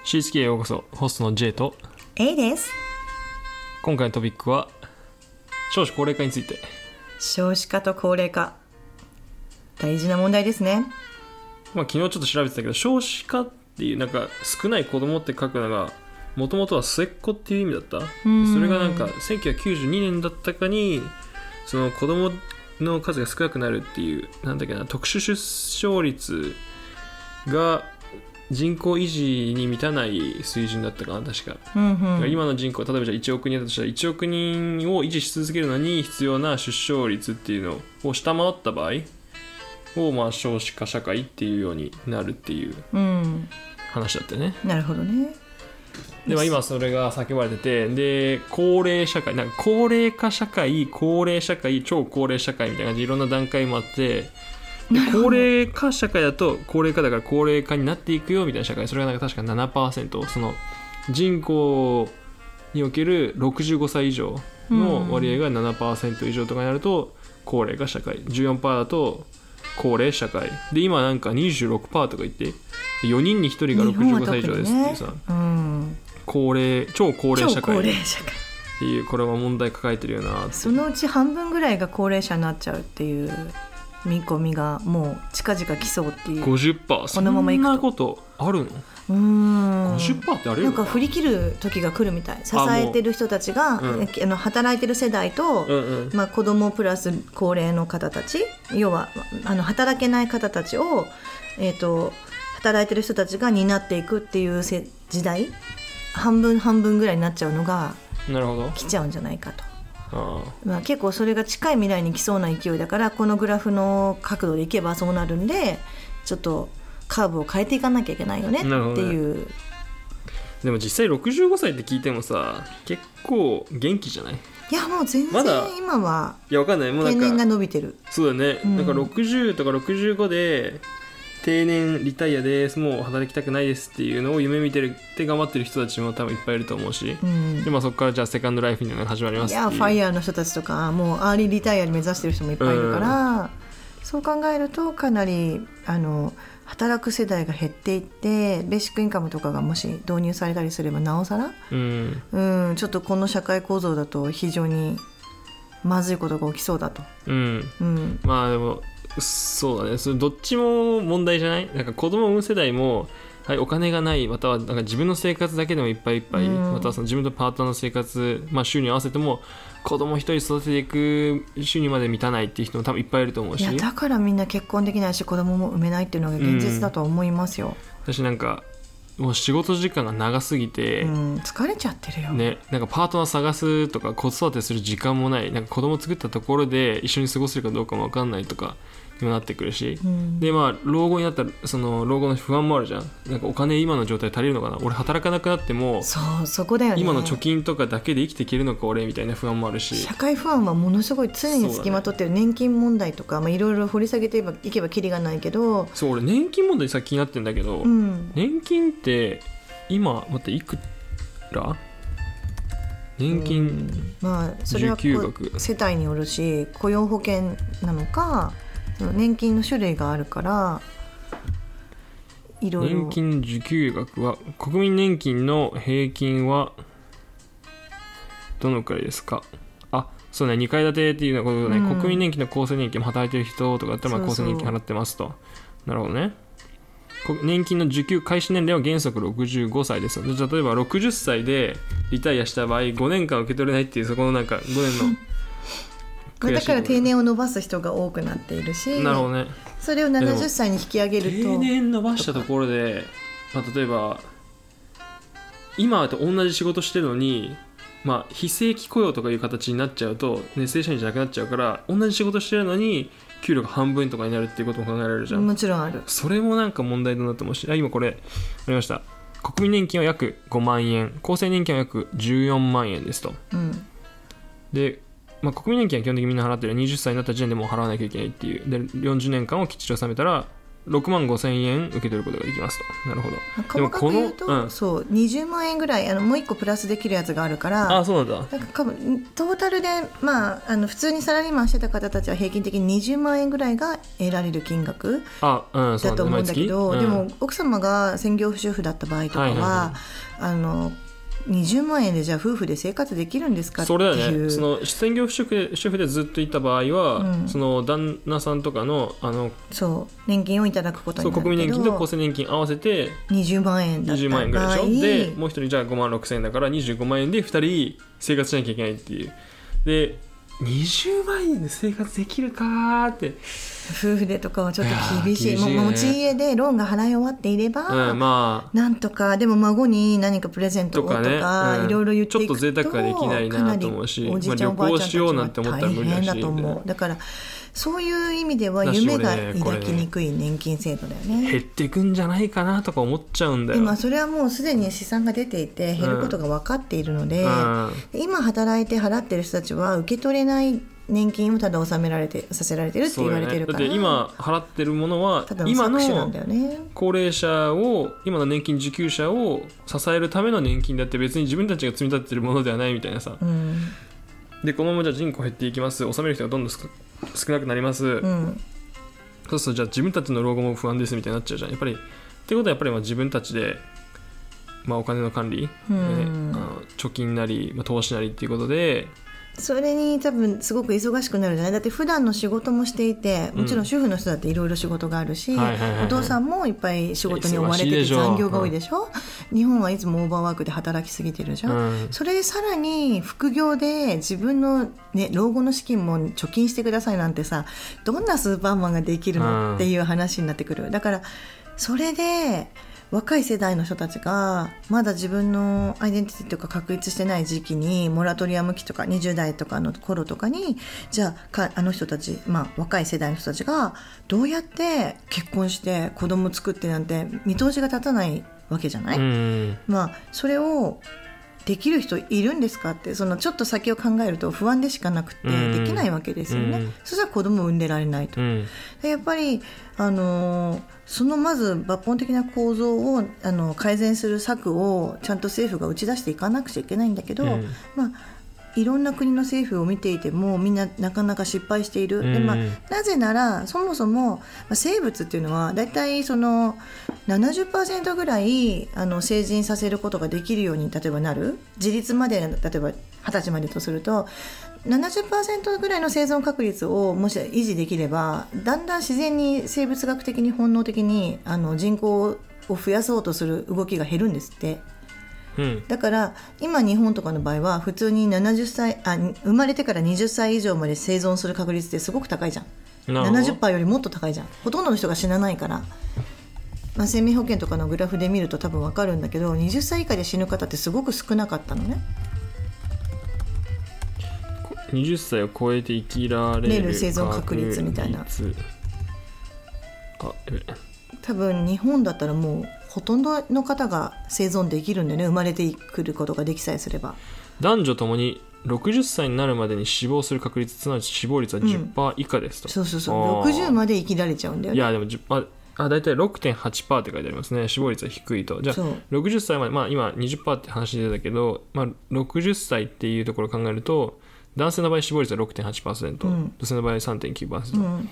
CSK へようこそ。ホストの J と A です。 今回のトピックは少子高齢化について。 少子化と高齢化、大事な問題ですね。 昨日ちょっと調べてたけど、少子化っていうなんか少ない子供って書くのがもともとは末っ子っていう意味だった。それがなんか1992年だったかにその子供の数が少なくなるっていうなんだっけな、特殊出生率が人口維持に満たない水準だったかな、確か、今の人口、例えばじゃあ1億人だとしたら1億人を維持し続けるのに必要な出生率っていうのを下回った場合を、少子化社会っていうようになるっていう話だったよね。 なるほどね。 で今それが叫ばれてて、で高齢社会、なんか高齢化社会、高齢社会、超高齢社会みたいな感じでいろんな段階もあって、高齢化社会だと高齢化だから高齢化になっていくよみたいな社会、それがなんか確か 7%、 その人口における65歳以上の割合が 7% 以上とかになると高齢化社会、 14% だと高齢社会で、今なんか 26% とか言って4人に1人が65歳以上ですっていうさ、超高齢社会っていう、これは問題抱えてるよなって。 そのうち半分ぐらいが高齢者になっちゃうっていう見込みがもう近々来そうっていう。 50%、 このままいくとそんなことあるの？50% ってあれよ。 なんか振り切る時が来るみたい。支えてる人たちが、働いてる世代と、子供プラス高齢の方たち、要は働けない方たちを、働いてる人たちが担っていくっていう時代、半分半分ぐらいになっちゃうのが来ちゃうんじゃないかと。結構それが近い未来に来そうな勢いだから、このグラフの角度でいけばそうなるんで、ちょっとカーブを変えていかなきゃいけないよねっていう、 でも実際65歳って聞いてもさ、結構元気じゃない？ いやもう全然今はわかんない、もうなんか定年が伸びてる。 そうだね、なんか60とか65で定年リタイアです、もう働きたくないですっていうのを夢見てるって頑張ってる人たちも多分いっぱいいると思うし、でそこからじゃあセカンドライフみたいなのが始まりますっていう。いやファイヤーの人たちとかもうアーリーリタイアに目指してる人もいっぱいいるから、そう考えるとかなり働く世代が減っていって、ベーシックインカムとかがもし導入されたりすればなおさら、ちょっとこの社会構造だと非常にまずいことが起きそうだと。でもそうだね、それどっちも問題じゃない？なんか子供を産む世代も、はい、お金がない、またはなんか自分の生活だけでもいっぱいいっぱい、またはその自分とパートナーの生活、収入合わせても子供一人育てていく収入まで満たないっていう人も多分いっぱいいると思うし、 いやだからみんな結婚できないし子供も産めないっていうのが現実だと思いますよ。 私なんかもう仕事時間が長すぎて、 疲れちゃってるよ、 ね、なんかパートナー探すとか子育てする時間もない、なんか子供作ったところで一緒に過ごせるかどうかも分かんないとかにもなってくるし、で老後になったらその老後の不安もあるじゃん。なんかお金今の状態足りるのかな、俺働かなくなってもそこだよね、 今の貯金とかだけで生きていけるのか俺みたいな不安もあるし、 社会不安はものすごい常につきまとってる。年金問題とかいろいろ掘り下げていけばキリがないけど、 そう俺年金問題さ気になってるんだけど、年金って今待っていくら年金それは世帯によるし、雇用保険なのか年金の種類があるからいろいろ。 年金受給額は国民年金の平均はどのくらいですか？そうね、2階建てっていうことね、国民年金の厚生年金も働いてる人とかだったら厚生年金払ってますと。なるほどね。年金の受給開始年齢は原則65歳です。例えば60歳でリタイアした場合5年間受け取れないっていう、そこのなんか5年のだから定年を伸ばす人が多くなっているし、 なるほどね。 それを70歳に引き上げると、 定年伸ばしたところで、例えば今と同じ仕事してるのに、非正規雇用とかいう形になっちゃうと、正社員じゃなくなっちゃうから、同じ仕事してるのに給料が半分とかになるっていうことも考えられるじゃん。 もちろんある。 それもなんか問題だなと思うし、今これありました。国民年金は約5万円、厚生年金は約14万円ですと。で、国民年金は基本的にみんな払ってる。20歳になった時点でもう払わなきゃいけないっていう。で40年間をきっちり納めたら 6万5千円受け取ることができますと。なるほど。 細かく言うと、そう20万円ぐらいもう1個プラスできるやつがあるから、 あ、そうなんだ。 なんかトータルで、普通にサラリーマンしてた方たちは平均的に20万円ぐらいが得られる金額だと思うんだけど、でも奥様が専業主婦だった場合とかは、20万円でじゃあ夫婦で生活できるんですかっていう。 それだね。その専業主婦でずっといた場合は、その旦那さんとかのそう年金をいただくことになるけど、 国民年金と厚生年金合わせて 20万円だった場合、 20万円ぐらいでしょ。でもう一人じゃあ5万6千円だから25万円で2人生活しなきゃいけないっていう。で20万円で生活できるかーって。 夫婦でとかはちょっと厳しい。もう持ち家でローンが払い終わっていれば、なんとか。でも孫に何かプレゼントをとかいろいろ言っていくと、 ちょっと贅沢ができないなと思うし、 おじいちゃんおばあちゃんたちは大変だと思う。だからそういう意味では夢が抱きにくい年金制度だよね。 減っていくんじゃないかなとか思っちゃうんだよ。 今それはもうすでに試算が出ていて減ることが分かっているので、今働いて払ってる人たちは受け取れない年金をただ納められてさせられてるって言われてるから、 だって今払ってるものはただの今の搾取なんだよね。 高齢者を今の年金受給者を支えるための年金だって、別に自分たちが積み立ててるものではないみたいなさ、でこのままじゃ人口減っていきます、納める人がどんどん少なくなります、そうするとじゃあ自分たちの老後も不安ですみたいになっちゃうじゃん。やっぱりってことはやっぱり自分たちで、お金の管理、貯金なり、投資なりっていうことで、 それに多分すごく忙しくなるじゃない。だって普段の仕事もしていて、もちろん主婦の人だっていろいろ仕事があるし、お父さんもいっぱい仕事に追われてて残業が多いでしょ。日本はいつもオーバーワークで働きすぎてるじゃん、それでさらに副業で自分の、老後の資金も貯金してくださいなんてさ、どんなスーパーマンができるのっていう話になってくる。だからそれで若い世代の人たちがまだ自分のアイデンティティとか確立してない時期に、モラトリアム期とか20代とかの頃とかに、じゃああの人たち、若い世代の人たちがどうやって結婚して子供作ってなんて見通しが立たないわけじゃない。それをできる人いるんですかって、そのちょっと先を考えると不安でしかなくてできないわけですよね。そしたら子供を産んでられないと、でやっぱりそのまず抜本的な構造を改善する策をちゃんと政府が打ち出していかなくちゃいけないんだけど、いろんな国の政府を見ていてもみんななかなか失敗している。でなぜならそもそも、生物っていうのはだいたいその 70% ぐらい成人させることができるように例えばなる。自立まで例えば20歳までとすると 70% ぐらいの生存確率をもし維持できれば、だんだん自然に生物学的に本能的に人口を増やそうとする動きが減るんですって。だから今日本とかの場合は普通に生まれてから20歳以上まで生存する確率ってすごく高いじゃん。70% よりもっと高いじゃん。ほとんどの人が死なないから、生命保険とかのグラフで見ると多分分かるんだけど、20歳以下で死ぬ方ってすごく少なかったのね。 20歳を超えて生きられる生存確率みたいな。多分日本だったらもうほとんどの方が生存できるんだよね。生まれてくることができさえすれば。 男女ともに60歳になるまでに死亡する確率、すなわち死亡率は 10% 以下ですと、 そう60まで生きられちゃうんだよね。 いやでもだいたい 6.8% って書いてありますね。死亡率は低いと。じゃあ60歳まで、今 20% って話出たけど、60歳っていうところを考えると、男性の場合死亡率は 6.8%、女性の場合 3.9%、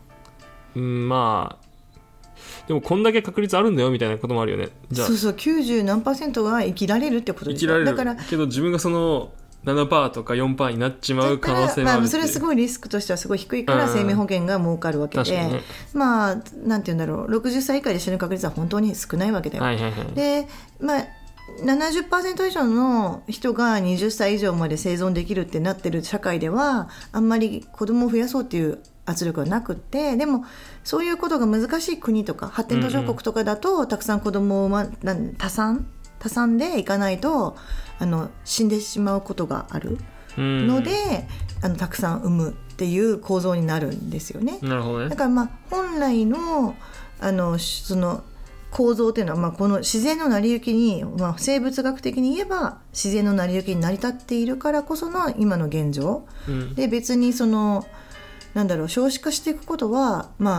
でもこんだけ確率あるんだよみたいなこともあるよね。じゃあ 90何%が生きられるってことですよ。 だからけど自分がその 7% とか 4% になっちまう可能性もあるっていう。 それはすごいリスクとしてはすごい低いから生命保険が儲かるわけで、ね、なんて言うんだろう、60歳以下で死ぬ確率は本当に少ないわけだよ、で70% 以上の人が20歳以上まで生存できるってなってる社会ではあんまり子供を増やそうっていう圧力はなくって、でもそういうことが難しい国とか発展途上国とかだと、たくさん子供を多産でいかないと死んでしまうことがあるので、たくさん産むっていう構造になるんですよね。 なるほどね。 だから本来のその構造というのは、この自然の成り行きに、生物学的に言えば自然の成り行きに成り立っているからこその今の現状、で別に少子化していくことは、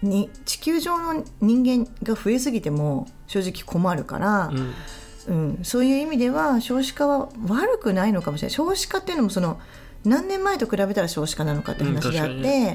に地球上の人間が増えすぎても正直困るから、そういう意味では少子化は悪くないのかもしれない。少子化っていうのもその何年前と比べたら少子化なのかって話であって、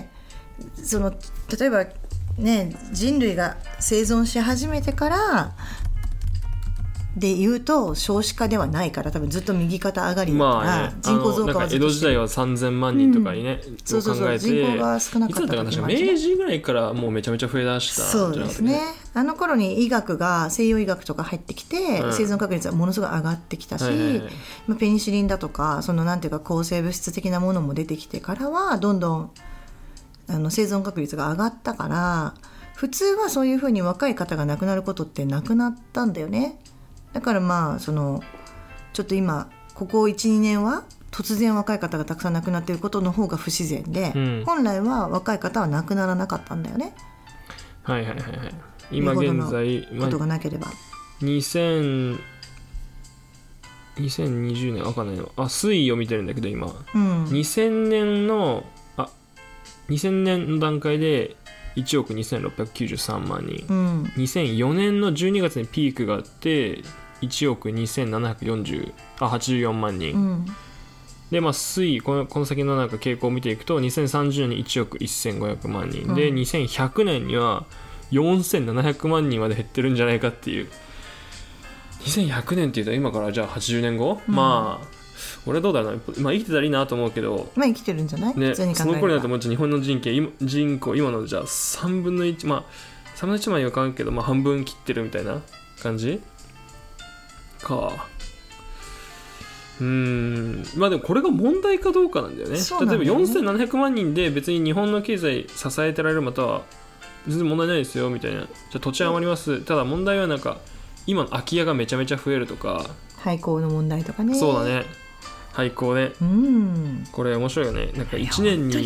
その例えばね、人類が生存し始めてからで言うと少子化ではないから、多分ずっと右肩上がりだから、人口増加はずっとしてる。江戸時代は3000万人とかにね、 そう人口が少なかった。いつだったかな、 明治ぐらいからもうめちゃめちゃ増えだしたんじゃなかったっけ。 そうですね。あの頃に医学が西洋医学とか入ってきて、生存確率はものすごい上がってきたし、ペニシリンだとかそのなんていうか抗生物質的なものも出てきてからはどんどん生存確率が上がったから、普通はそういうふうに若い方が亡くなることってなくなったんだよね。だからまあそのちょっと今ここ 1,2 年は突然若い方がたくさん亡くなっていることの方が不自然で、本来は若い方は亡くならなかったんだよね。 はいはいはいはい。今現在ことがなければ、 2020年わかんないの。推移を見てるんだけど今、2000年の段階で1億2693万人、2004年の12月にピークがあって1億2784万人、で推移この先のなんか傾向を見ていくと2030年に1億1500万人で、2100年には4700万人まで減ってるんじゃないかっていう。2100年っていうと今からじゃあ80年後、まあ俺はどうだろうな、生きてたらいいなと思うけど、 生きてるんじゃない、 ね、 普通に考えれば。 その頃になるともう日本の人口今のじゃあ3分の1、3分の1までは分からんけど、半分切ってるみたいな感じか。でもこれが問題かどうかなんだよね。例えば4700万人で別に日本の経済支えてられる、または全然問題ないですよみたいな。じゃあ土地余ります、ただ問題はなんか今の空き家がめちゃめちゃ増えるとか、 廃校の問題とかね。 そうだね、廃校ね、これ面白いよね。なんか1年に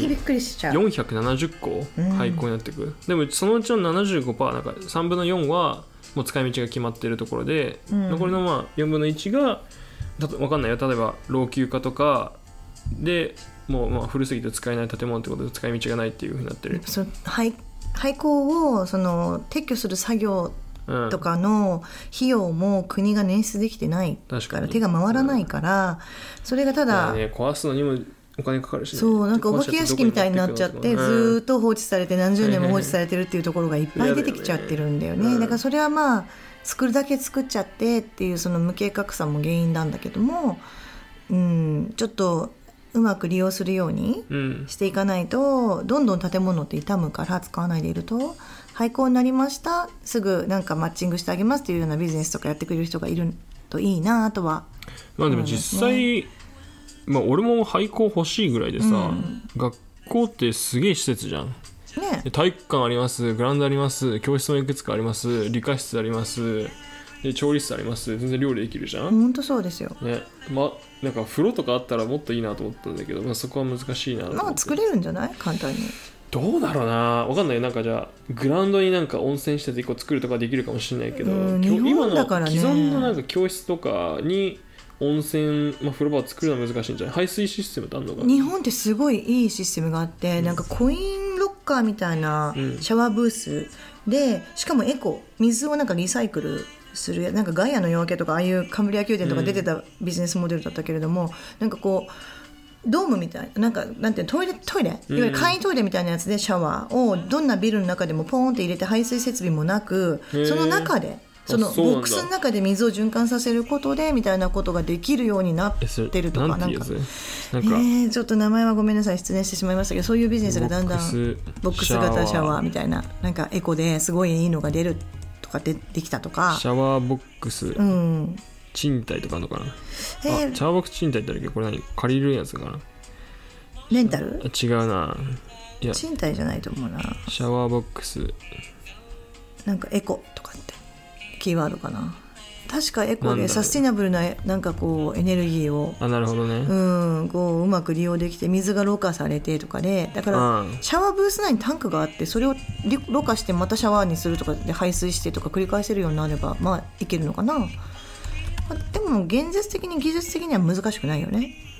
470個廃校になっていく、でもそのうちの 75% なんか3分の4はもう使い道が決まっているところで、残りの4分の1が分かんないよ、例えば老朽化とかでもう古すぎて使えない建物ってことで使い道がないっていう風になってる。 廃校をその撤去する作業とかの費用も国が捻出できてないから手が回らないから、それがただ、 壊すのにもお金かかるし、ね、 そうなんかお化け屋敷みたいになっちゃって、ずっと放置されて何十年も放置されてるっていうところがいっぱい出てきちゃってるんだよね。だからそれは作るだけ作っちゃってっていうその無計画さも原因なんだけども、ちょっとうまく利用するようにしていかないと、どんどん建物って傷むから使わないでいると、廃校になりました、すぐなんかマッチングしてあげますっていうようなビジネスとかやってくれる人がいるといいなとは、 でも実際、俺も廃校欲しいぐらいでさ、学校ってすげえ施設じゃん、体育館あります、グラウンドあります、教室もいくつかあります、理科室あります、で調理室あります、全然料理できるじゃん。 本当そうですよ、 なんか風呂とかあったらもっといいなと思ったんだけど、そこは難しいなと思って。 作れるんじゃない、簡単に。 どうだろうな、分かんない。なんかじゃあグラウンドになんか温泉施設1個作るとかできるかもしれないけど、 日本だからね、 今の既存のなんか教室とかに温泉、風呂場を作るのは難しいんじゃない。排水システムってあるのかな。 日本ってすごいいいシステムがあって、なんかコインロッカーみたいなシャワーブースで、しかもエコ、水をなんかリサイクルする、なんかガイアの夜明けとかああいうカンブリア宮殿とか出てたビジネスモデルだったけれども、なんかこうドームみたいな、なんていうトイレ、いわゆる簡易トイレみたいなやつでシャワーをどんなビルの中でもポーンって入れて、排水設備もなく、その中でそのボックスの中で水を循環させることでみたいなことができるようになってるとか、なんかちょっと名前はごめんなさい、失念してしまいましたけど、そういうビジネスがだんだんボックス型シャワーみたいな、なんかエコですごいいいのが出るとかできたとか、 シャワーボックス、賃貸とかあるのかな。シャワーボックス賃貸ってあるけど、これ何、借りるやつかな、 レンタル？ 違うな、いや賃貸じゃないと思うな。 シャワーボックスなんかエコとかってキーワードかな。確かエコでサスティナブルななんかこうエネルギーをなるほどね、 こううまく利用できて、水がろ過されてとかで、だからシャワーブース内にタンクがあって、それをろ過してまたシャワーにするとかで排水してとか繰り返せるようになればいけるのかな。でも現実的に技術的には難しくないよね。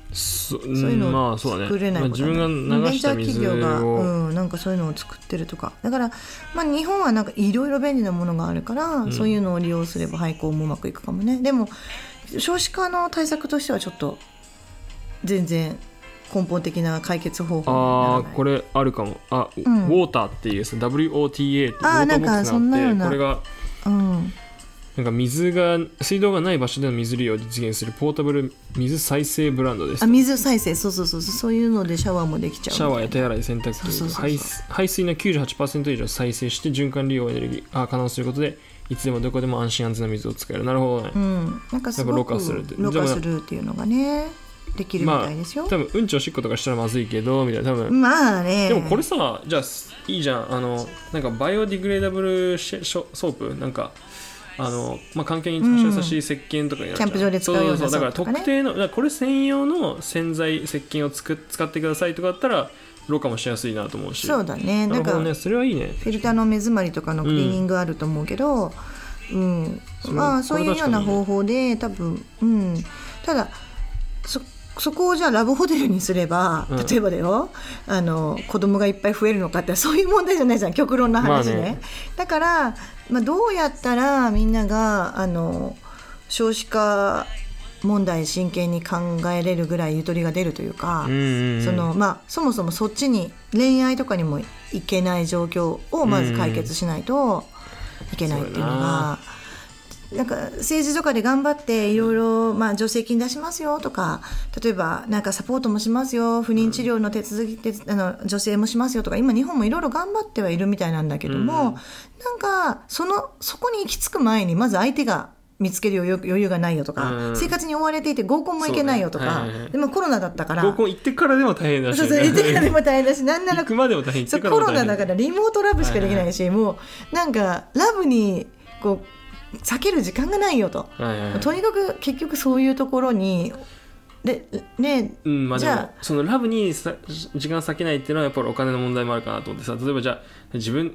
そういうのを作れないことはない、 自分が流した水をベンチャー企業が、なんかそういうのを作ってるとかだから、日本はなんかいろいろ便利なものがあるから、そういうのを利用すれば廃校もうまくいくかもね。でも少子化の対策としてはちょっと全然根本的な解決方法にならない。 これあるかも。ウォーターっていうWOTA っていうウォーターボックスがあって、これがなんか水道がない場所での水利用を実現するポータブル水再生ブランドです。 水再生、そういうのでシャワーもできちゃう。 シャワーや手洗い洗濯機、排水の 98% 以上再生して循環利用エネルギー可能することで、いつでもどこでも安心安全な水を使える。なるほどね。 なんかすごくろ過するっていうのがねできるみたいですよ。 多分うんちおしっことかしたらまずいけどみたいな。多分ね。 でもこれさ、じゃあいいじゃん。なんかバイオディグレーダブルソープなんか環境に優しい石鹸とかになっちゃう、 キャンプ場で使うようなソープとかね。 だから特定のこれ専用の洗剤石鹸を使ってくださいとかだったらろ過もしやすいなと思うし。 そうだね。 だからそれはいいね。 フィルターの目詰まりとかのクリーニングあると思うけど、そういうような方法で多分、ただそこをじゃあラブホテルにすれば、例えばだよ、子供がいっぱい増えるのかってそういう問題じゃないじゃん、極論の話ね。だから、どうやったらみんなが少子化問題真剣に考えれるぐらいゆとりが出るというか、そもそもそっちに恋愛とかにもいけない状況をまず解決しないといけないっていうのが、なんか政治とかで頑張っていろいろ助成金出しますよとか、例えばなんかサポートもしますよ、不妊治療の手続き助成もしますよとか、今日本もいろいろ頑張ってはいるみたいなんだけども、なんかそこに行き着く前にまず相手が見つける余裕がないよとか、生活に追われていて合コンも行けないよとか、でもコロナだったから合コン行ってからでも大変だし、 行ってからでも大変だし、なんなら行くまでも大変、 コロナだからリモートラブしかできないし、もうなんかラブにこう避ける時間がないよと、とにかく結局そういうところにじゃあそのラブに時間割けないっていうのはやっぱりお金の問題もあるかなと思ってさ、例えばじゃあ自分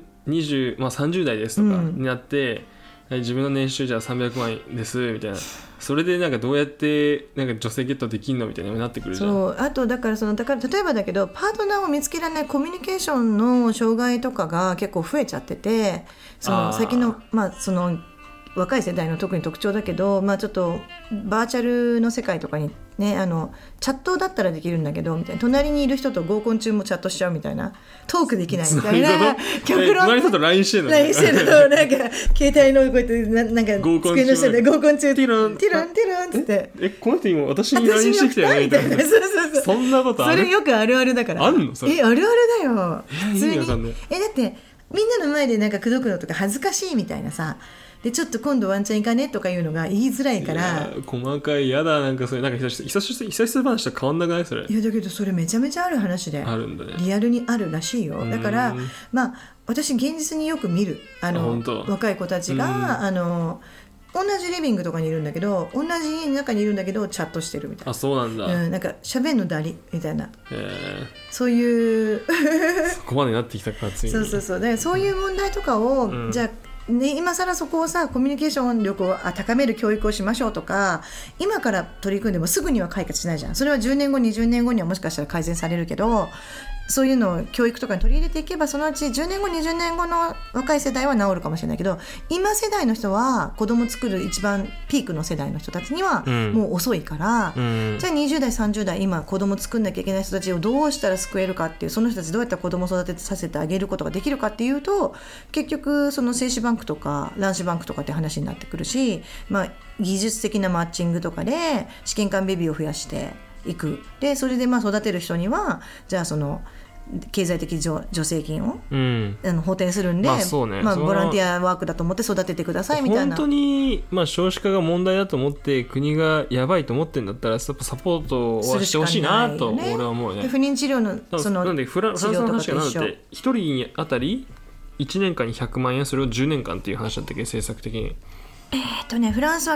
30代ですとかになって、自分の年収じゃあ300万円ですみたいな、それでなんかどうやってなんか女性ゲットできんのみたいになってくるじゃん。 そうあとだから例えばだけどパートナーを見つけられないコミュニケーションの障害とかが結構増えちゃってて、先のその若い世代の特に特徴だけど、ちょっとバーチャルの世界とかにね、チャットだったらできるんだけどみたいな、隣にいる人と合コン中もチャットしちゃうみたいな、トークできないみたいな、 極論隣の人と LINE してるの LINE してるのなんか携帯のこうやってなんか机の下で合コン中ティロンティロンってってこの人今私に LINE してきたよねみたいなそうそんなことある？ それよくあるあるだから。 あんのそれ？ あるあるだよ普通に。 意味わかんない。 だってみんなの前でなんか口説くのとか恥ずかしいみたいなさ、でちょっと今度ワンチャン行かねとかいうのが言いづらいから。 細かいやだ、なんかそれなんか久々話と変わんなくないそれ？ いやだけどそれめちゃめちゃある話で、 あるんだね、 リアルにあるらしいよ。だから私現実によく見る若い子たちが同じリビングとかにいるんだけど、同じ家の中にいるんだけどチャットしてるみたいな。 あ、そうなんだ。 なんか喋んのだりみたいな、そういうそこまでなってきたかついに。 そうだからそういう問題とかを、じゃあ今更そこをさコミュニケーション力を高める教育をしましょうとか今から取り組んでもすぐには解決しないじゃん。それは10年後20年後にはもしかしたら改善されるけど、そういうのを教育とかに取り入れていけばそのうち10年後20年後の若い世代は治るかもしれないけど、今世代の人は子供作る一番ピークの世代の人たちにはもう遅いから、じゃあ20代30代今子供作んなきゃいけない人たちをどうしたら救えるかっていう、その人たちどうやったら子供育てさせてあげることができるかっていうと、結局その精子バンクとか卵子バンクとかって話になってくるし、技術的なマッチングとかで試験管ベビーを増やしていく。でそれで育てる人にはじゃあその経済的助成金を、補填するんで、ボランティアワークだと思って育ててくださいみたいな。 本当に、少子化が問題だと思って国がやばいと思ってるんだったらサポートはしてほしいなと俺は思うね。 不妊治療のなんでフランスの話がなんだって1人あたり1年間に100万円、それを10年間っていう話だったっけ政策的に。 フランスは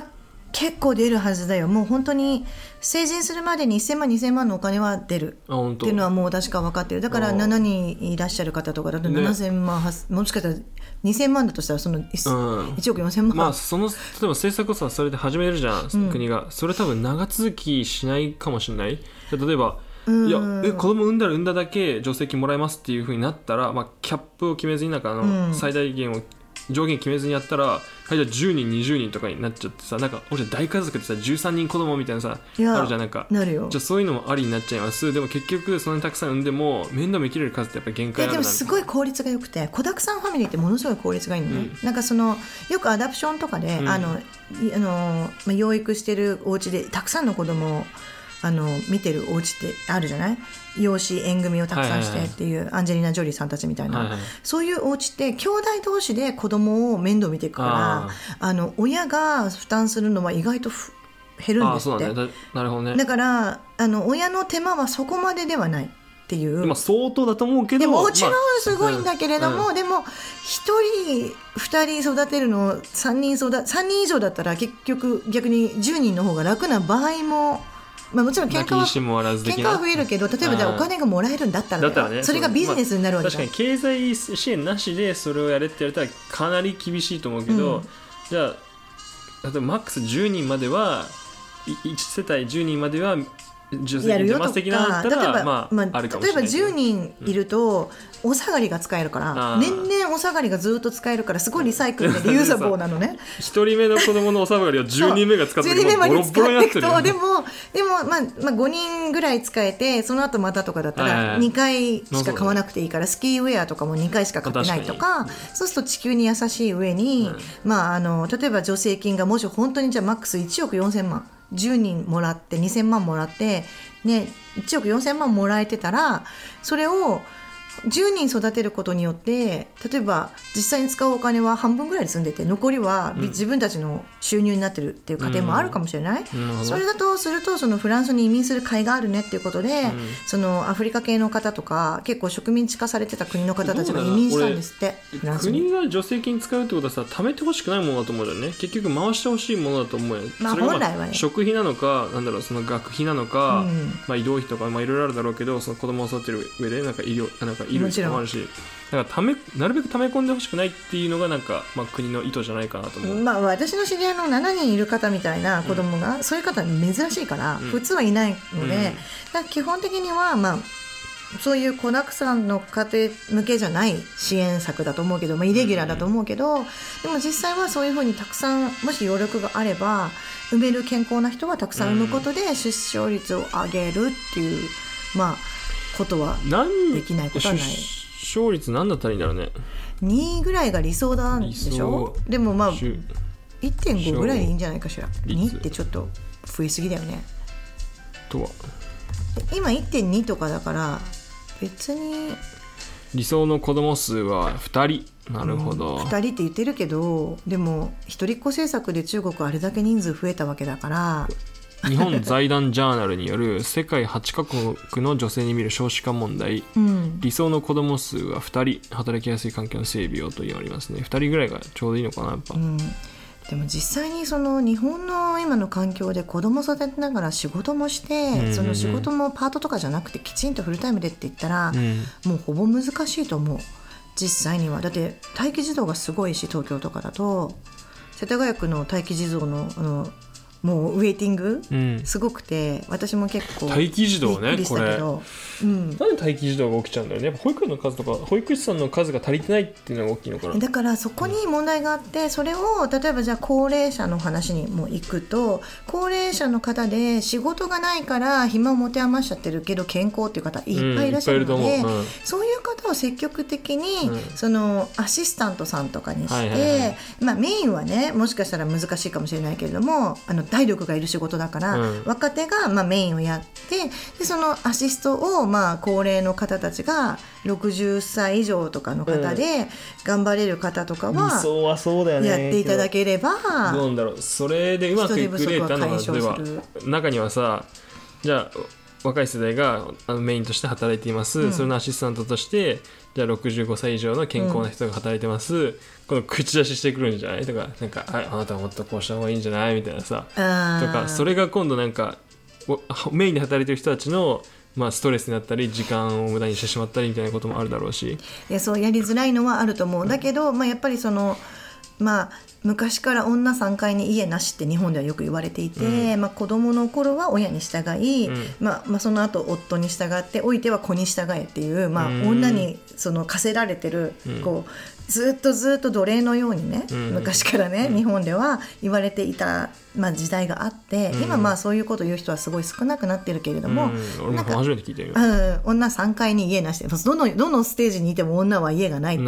結構出るはずだよ。もう本当に成人するまでに1000万2000万のお金は出るっていうのはもう確か分かってる。だから7人いらっしゃる方とかだと7000万、ね、もしかしたら2000万だとしたらその 1億4000万、 まあその例えば政策をさそれで始めるじゃん、国が。それ多分長続きしないかもしれない。例えばいや子供産んだだけ助成金もらえますっていう風になったら、まあ、キャップを決めずになんか最大限を上限決めずにやったら、はい、じゃあ10人20人とかになっちゃってさ、なんか俺大家族ってさ13人子供みたいなさあるじゃん。なんかなるよ。 じゃあそういうのもありになっちゃいます。でも結局そんなにたくさん産んでも面倒見きれる数ってやっぱり限界あるな。 でもすごい効率が良くて、子だくさんファミリーってものすごい効率がいいのね、なんかそのよくアダプションとかで、養育してるお家でたくさんの子供を見てるお家ってあるじゃない。養子縁組をたくさんしてっていう、アンジェリーナ・ジョリーさんたちみたいな、そういうお家って兄弟同士で子供を面倒見ていくから、親が負担するのは意外と減るんですって。 そうだね。なるほどね。 だから親の手間はそこまでではないっていう。 相当だと思うけど、 でももちろんすごいんだけれども、でも1人2人育てるの3人以上だったら結局逆に10人の方が楽な場合も、まあ、もちろん喧嘩は増えるけど、例えばじゃあお金がもらえるんだったら、ね、それがビジネスになるわけだ、 確かに経済支援なしでそれをやれって言われたらかなり厳しいと思うけど、じゃあ例えばマックス10人までは1世帯10人までは助成金出ます的なのだったら、あるかもしれない。 例えば10人いるとお下がりが使えるから、年々お下がりがずっと使えるから、すごいリサイクルでリユーザブルなのね。 1人目の子供のお下がりを10人目が使ってるからボロボロになってる。 でも5人ぐらい使えて、その後またとかだったら2回しか買わなくていいから、スキーウェアとかも2回しか買ってないとか、そうすると地球に優しい上に、例えば助成金がもし本当にじゃあマックス1億4000万10人もらって2000万もらって、ね、1億4000万もらえてたら、それを10人育てることによって、例えば実際に使うお金は半分ぐらいで済んでて、残りは自分たちの収入になってるっていう家庭もあるかもしれない、それだとすると、そのフランスに移民する甲斐があるねっていうことで、そのアフリカ系の方とか結構植民地化されてた国の方たちが移民したんですって。フランスに国が助成金使うってことはさ、貯めてほしくないものだと思うよね。結局回してほしいものだと思うよ。それが本来はね、 食費なのか、その学費なのか、移動費とかいろいろあるだろうけど、その子供を育てる上でなんか医療費とかもあるし、だからなるべく溜め込んでほしくないっていうのがなんか、国の意図じゃないかなと思う。 私の知り合いの7人いる方みたいな子供が、そういう方珍しいから、普通はいないので、だから基本的にはそういう子だくさんの家庭向けじゃない支援策だと思うけど、イレギュラーだと思うけど、でも実際はそういうふうにたくさん、もし余力があれば産める健康な人はたくさん産むことで出生率を上げるっていう、ことはできないことはない。 出生率何だったらいいんだろうね。 2ぐらいが理想なんでしょ。でも1.5 ぐらいでいいんじゃないかしら。2ってちょっと増えすぎだよね。 とは今 1.2 とかだから別に理想の子供数は2人。なるほど、 2人って言ってるけど、でも一人っ子政策で中国あれだけ人数増えたわけだから。 日本財団ジャーナルによる世界8カ国の女性に見る少子化問題、理想の子供数は2人、働きやすい環境の整備をと言われますね。2人ぐらいがちょうどいいのかな、やっぱ。 でも実際にその日本の今の環境で子供育てながら仕事もして、その仕事もパートとかじゃなくてきちんとフルタイムでって言ったら、もうほぼ難しいと思う。実際にはだって待機児童がすごいし、東京とかだと世田谷区の待機児童のもうウェイティング、すごくて、私も結構待機児童ね、 びっくりしたけど、 なんで待機児童が起きちゃうんだろうね。やっぱ保育園の数とか保育士さんの数が足りてないっていうのが大きいのかな。 だからそこに問題があって、それを例えばじゃあ高齢者の話にも行くと、高齢者の方で仕事がないから暇を持て余しちゃってるけど健康っていう方いっぱいいらっしゃるので、そういう方を積極的に、そのアシスタントさんとかにして、メインはね、もしかしたら難しいかもしれないけれども、体力がいる仕事だから、若手がメインをやって、でそのアシストを高齢の方たちが60歳以上とかの方で頑張れる方とかは、 理想はそうだよね、 やっていただければ。 どうなんだろう、それでうまくいく例ってあるのは、例えば中にはさ、じゃあ若い世代がメインとして働いています、それのアシスタントとしてじゃあ65歳以上の健康な人が働いてます、この口出ししてくるんじゃないとか、なんかあなたはもっとこうした方がいいんじゃないみたいなさとか、それが今度なんかメインで働いてる人たちのストレスになったり時間を無駄にしてしまったりみたいなこともあるだろうし、 いやそうやりづらいのはあると思う。だけど、やっぱりその昔から女3回に家なしって日本ではよく言われていて、子供の頃は親に従い、その後夫に従っておいては子に従えっていう、女にその課せられてる、こうずっと奴隷のようにね、昔からね、日本では言われていた、時代があって、今そういうことを言う人はすごい少なくなってるけれども、 俺も初めて聞いたよ、 女3回に家なしでどのステージにいても女は家がないっていう、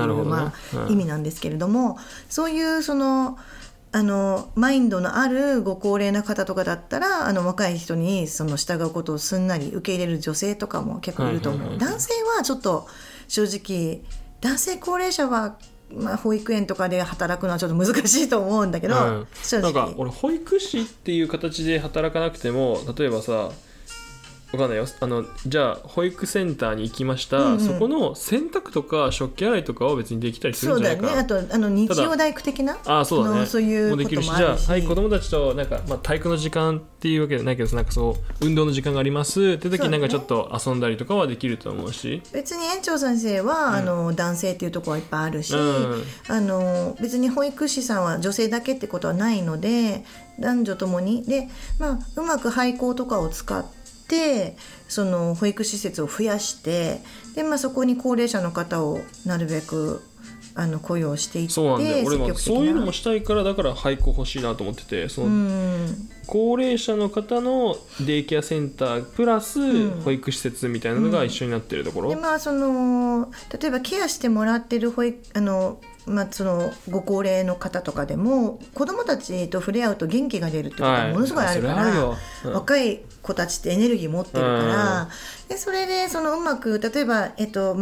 意味なんですけれども、そういうそのマインドのあるご高齢な方とかだったら若い人にその従うことをすんなり受け入れる女性とかも結構いると思う、男性はちょっと正直男性高齢者は、保育園とかで働くのはちょっと難しいと思うんだけど、正直なんか俺保育士っていう形で働かなくても、例えばさわかんないよ、じゃあ保育センターに行きました、そこの洗濯とか食器洗いとかは別にできたりするんじゃないかな。 そうだね。あと日曜大工的なそうだね、 そういうこともあるし、もできるし、 じゃあ、子供たちとなんか、体育の時間っていうわけじゃないけど、なんかそう運動の時間がありますって時になんかちょっと遊んだりとかはできると思うし、 別に園長先生は、男性っていうところはいっぱいあるし、別に保育士さんは女性だけってことはないので、男女ともにで、うまく廃校とかを使ってその保育施設を増やして、で、そこに高齢者の方をなるべく雇用していって、 そうなんだよ。俺もそういうのもしたいから、だから廃校欲しいなと思ってて、その高齢者の方のデイケアセンタープラス保育施設みたいなのが一緒になってるところ、 でその例えばケアしてもらってるそのご高齢の方とかでも子どもたちと触れ合うと元気が出るってことがものすごいあるから、若い子たちってエネルギー持ってるから、でそれでそのうまく例えば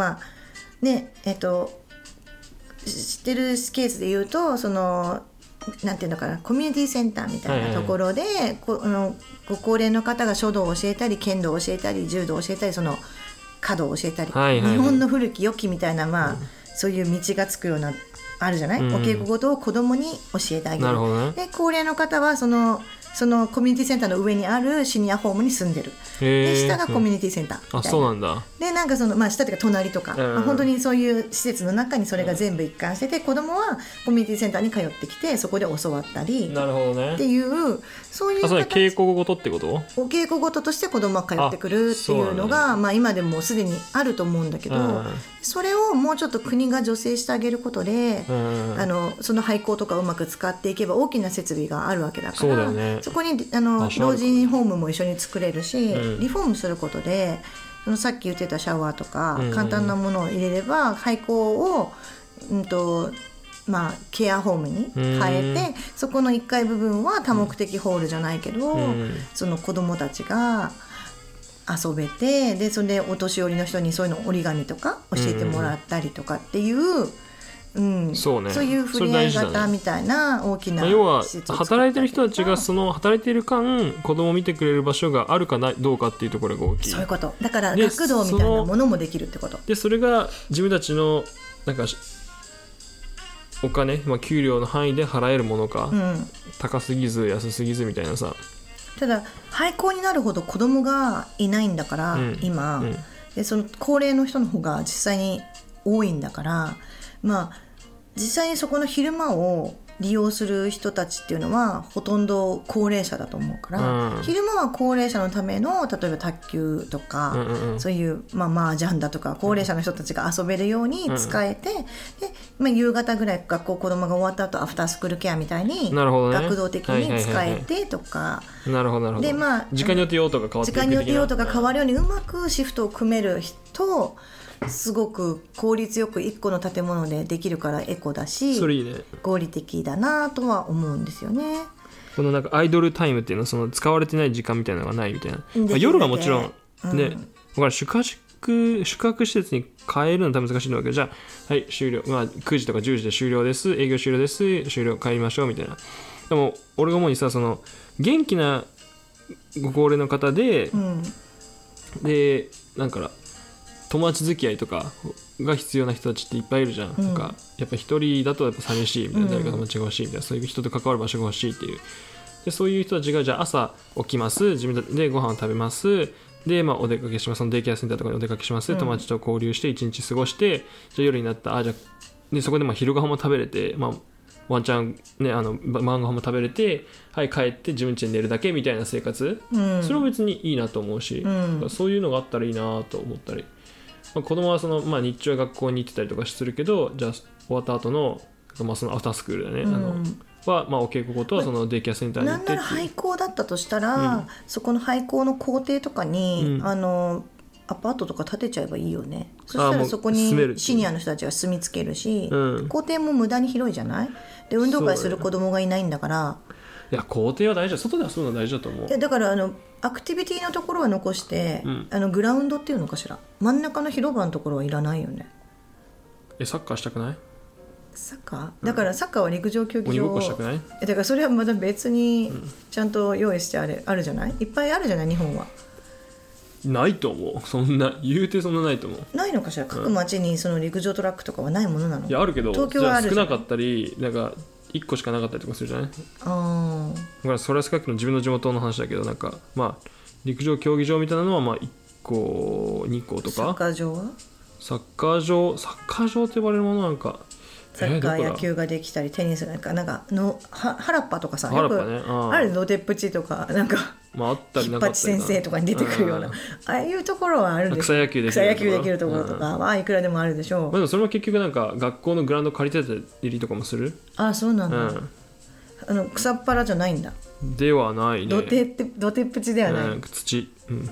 知ってるケースで言うと、そのなんていうのかな、コミュニティセンターみたいなところで、ご高齢の方が書道を教えたり剣道を教えたり柔道を教えたり、その華道を教えたり、日本の古き良きみたいな、そういう道がつくようなあるじゃない、お稽古事を子供に教えてあげる。で高齢の方はそのコミュニティセンターの上にあるシニアホームに住んでる。で下がコミュニティセンターみたいな。 そうなんだ。 でなんかその、下というか隣とか、本当にそういう施設の中にそれが全部一貫してて、子供はコミュニティセンターに通ってきてそこで教わったりっていう、そういう形。 稽古事ってこと？ お稽古事として子供は通ってくるっていうのが、今でもすでにあると思うんだけど、それをもうちょっと国が助成してあげることで、その廃校とかうまく使っていけば大きな設備があるわけだから、そこに老人ホームも一緒に作れるし、リフォームすることでさっき言ってたシャワーとか簡単なものを入れれば、廃校をケアホームに変えて、そこの1階部分は多目的ホールじゃないけど、その子どもたちが遊べて、でそれでお年寄りの人にそういうの折り紙とか教えてもらったりとかっていう、そういう触れ合い型みたいな大きな要は働いてる人たちがその働いてる間子供を見てくれる場所があるかどうかっていうところが大きい。 そういうことだから、学童みたいなものもできるってこと。 でそれが自分たちのなんかお金、給料の範囲で払えるものか、高すぎず安すぎずみたいなさ。 ただ廃校になるほど子供がいないんだから、今、でその高齢の人の方が実際に多いんだから、実際にそこの昼間を利用する人たちっていうのはほとんど高齢者だと思うから、昼間は高齢者のための例えば卓球とか、そういう麻雀だとか高齢者の人たちが遊べるように使えて、で、夕方ぐらい学校子供が終わった後アフタースクールケアみたいに学童的に使えてとか、で時間によって用途が変わっていく的な、 時間によって用途が変わるようにうまくシフトを組める人、すごく効率よく1個の建物でできるからエコだし、 それいいね、 合理的だなとは思うんですよね。 このなんかアイドルタイムっていうのはその使われてない時間みたいなのがないみたいな、夜はもちろんね、宿泊施設に変えるのは多分難しいんだけど、じゃあはい終了、9時とか10時で終了です、営業終了です、終了、帰りましょうみたいな。でも俺が思うにさ、その元気なご高齢の方で、 でなんか友達付き合いとかが必要な人たちっていっぱいいるじゃん、なんかやっぱ一人だとやっぱ寂しいみたいな、誰か友達が欲しいみたいな、そういう人と関わる場所が欲しいっていう。でそういう人たちがじゃあ朝起きます、自分でご飯を食べます、で、お出かけします、そのデイケアセンターとかにお出かけします、友達と交流して一日過ごして、じゃあ夜になったじゃあでそこで昼ご飯も食べれて、ワンチャンね晩ご飯も食べれて、はい帰って自分家で寝るだけみたいな生活、それは別にいいなと思うし、そういうのがあったらいいなと思ったり、子供はその、日中は学校に行ってたりとかするけど、じゃあ終わった後の、そのアフタースクールだね、は、お稽古事はそのデイケアセンターに行ってっていう。 なんなら廃校だったとしたら、そこの廃校の校庭とかに、アパートとか建てちゃえばいいよね。そしたらそこにシニアの人たちが住み着けるし、校庭も無駄に広いじゃない。で運動会する子供がいないんだから。 いや校庭は大事だ、外で遊ぶのは大事だと思う。 だからアクティビティのところは残して、グラウンドっていうのかしら、真ん中の広場のところはいらないよね。 サッカーしたくない？ サッカーだからサッカーは陸上競技場、 鬼ごっこしたくない？ だからそれはまた別にちゃんと用意してあるじゃない、いっぱいあるじゃない、日本は。 ないと思う、そんな言うてそんなないと思う。 ないのかしら、各町にその陸上トラックとかはないものなの？ いやあるけど、 東京はあるじゃん。 じゃあ少なかったり、なんか1個しかなかったりとかするじゃない。だからそれはさっきの自分の地元の話だけど、なんか陸上競技場みたいなのは1個2個とか。 サッカー場は？ サッカー場って呼ばれるものなんか、 サッカー野球ができたりテニスなんかの原っぱとかさ、 原っぱね、 あるのでっぷちとかなんか、 あったりなかったり、 先生とかに出てくるような、ああいうところはあるでしょ。 草野球できるところとかは、いくらでもあるでしょう。 でもそれも結局なんか学校のグラウンド借りてたりとかもする。 ああそうなんだ、草っぱらじゃないんだ。 ではないね。 土手っぷちではない、 土。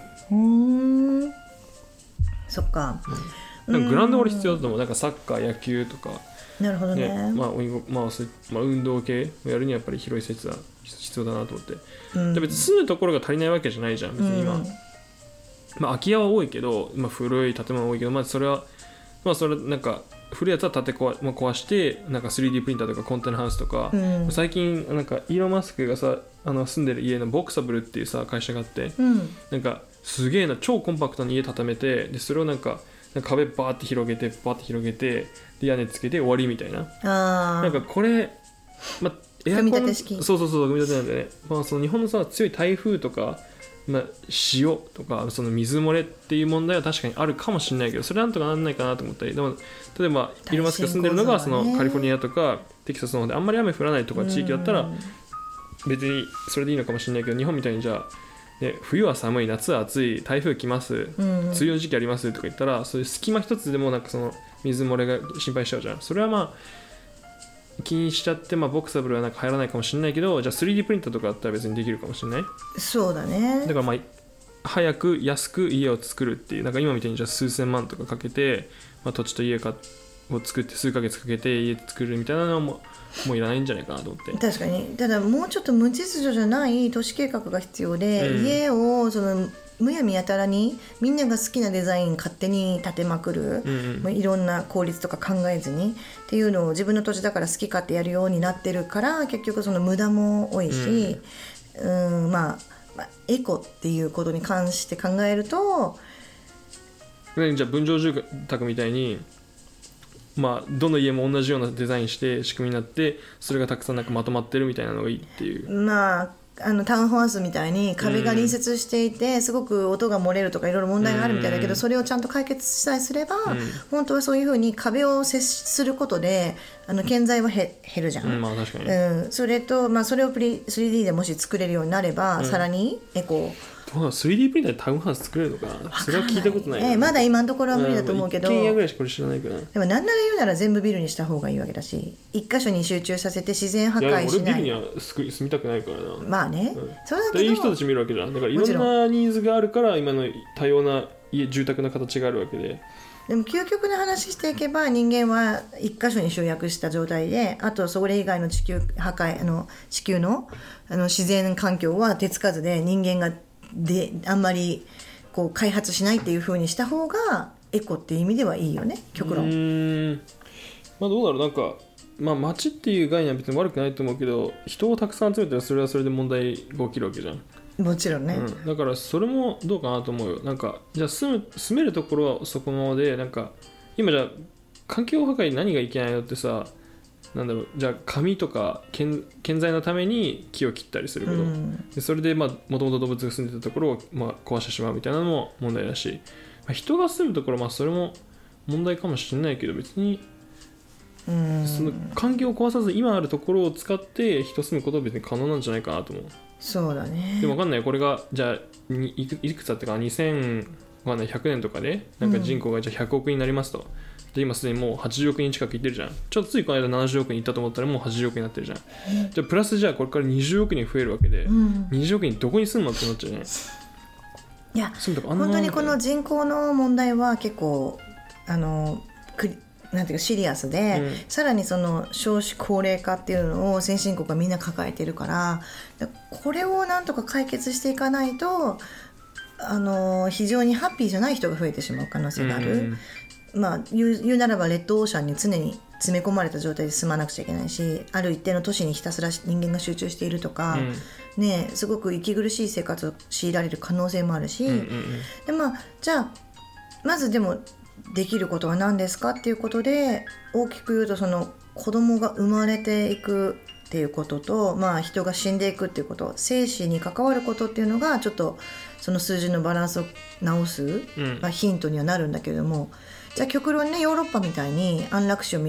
そっか、 なんかグラウンド俺必要だと思う。なんかサッカー野球とか。 なるほどね。 運動系をやるにはやっぱり広い施設は必要だなと思って、で別に住むところが足りないわけじゃないじゃん別に今、空き家は多いけど、古い建物は多いけど、それはなんか古いやつは壊してなんか 3D プリンターとかコンテナハウスとか、最近なんかイーロン・マスクがさ住んでる家のボクサブルっていうさ会社があって、なんかすげえな超コンパクトに家建めて、でそれをなんか壁バーって広げてで屋根つけて終わりみたいな。なんかこれ、エアコン、 組み立て式。 そう組み立てなんでね、その日本のさ強い台風とか、潮とかその水漏れっていう問題は確かにあるかもしれないけど、それなんとかなんないかなと思ったり。でも例えばイーロン・マスクが住んでるのがそのカリフォルニアとかテキサスの方であんまり雨降らないとか地域だったら別にそれでいいのかもしれないけど、日本みたいにじゃあ冬は寒い、夏は暑い、台風来ます、梅雨の時期ありますとか言ったら、そういう隙間一つでもなんかその水漏れが心配しちゃうじゃん。それは気にしちゃって、ボクサブルはなんか入らないかもしれないけど、じゃあ 3D プリンターとかだったら別にできるかもしれない。 そうだね。 だから早く安く家を作るっていう、なんか今みたいにじゃあ数千万とかかけて、土地と家を作って数ヶ月かけて家作るみたいなのもういらないんじゃないかなと思って。 確かに。ただもうちょっと無秩序じゃない都市計画が必要で、家をそのむやみやたらにみんなが好きなデザイン勝手に建てまくる、いろんな効率とか考えずにっていうのを自分の土地だから好き勝手やるようになってるから、結局その無駄も多いし、エコっていうことに関して考えると、 じゃあ分譲住宅みたいにどの家も同じようなデザインして仕組みになって、それがたくさんなんかまとまってるみたいなのがいいっていう。 タウンハウスみたいに壁が隣接していて、すごく音が漏れるとかいろいろ問題があるみたいだけど、それをちゃんと解決さえすれば、本当はそういうふうに壁を接することで建材は減るじゃん。 確かに。 それと、それを 3D でもし作れるようになれば、さらにエコ。 3D プリンターでタウンハウス作れるのかな。それは聞いたことない、 まだ今のところは無理だと思うけど、 一軒家ぐらいしかこれ知らないから。 でも何なら言うなら全部ビルにした方がいいわけだし、一箇所に集中させて自然破壊しない。 俺ビルには住みたくないからな。 そうだけどいい人たち見るわけじゃん。だからいろんなニーズがあるから今の多様な住宅の形があるわけで。 でも究極の話していけば、人間は一箇所に集約した状態で、あとそれ以外の地球の自然環境は手つかずで、人間があんまり開発しないっていう風にした方がエコっていう意味ではいいよね、極論。 どうだろう。なんか街っていう概念は別に悪くないと思うけど、人をたくさん集めたらそれはそれで問題が起きるわけじゃん。 もちろんね、 だからそれもどうかなと思うよ。なんかじゃあ住めるところはそこのままで、なんか今じゃあ環境破壊何がいけないのってさ、なんだろう、じゃあ紙とか建材のために木を切ったりすること、でそれでもともと動物が住んでたところを壊してしまうみたいなのも問題だし、人が住むところそれも問題かもしれないけど、別にその環境を壊さず今あるところを使って人住むことは別に可能なんじゃないかなと思う。 そうだね。 でも分かんない、これがじゃあいくつだったか2100年とかでなんか人口がじゃあ100億人になりますと、で今すでにもう80億人近くいってるじゃん。ちょっとついこの間70億人いったと思ったらもう80億人になってるじゃん。じゃあプラスじゃあこれから20億人増えるわけで、20億人どこに住むのってなっちゃうじゃない。 いや本当にこの人口の問題は結構なんていうかシリアスで、さらにその少子高齢化っていうのを先進国がみんな抱えてるから、これをなんとか解決していかないと非常にハッピーじゃない人が増えてしまう可能性がある。言うならばレッドオーシャンに常に詰め込まれた状態で住まなくちゃいけないし、ある一定の都市にひたすら人間が集中しているとか、すごく息苦しい生活を強いられる可能性もあるし、でじゃあまずでもできることは何ですかっていうことで、大きく言うとその子供が生まれていくっていうことと、人が死んでいくっていうこと、生死に関わることっていうのがちょっとその数字のバランスを直す、ヒントにはなるんだけれども、じゃあ極論ね、ヨーロッパみたいに安楽死を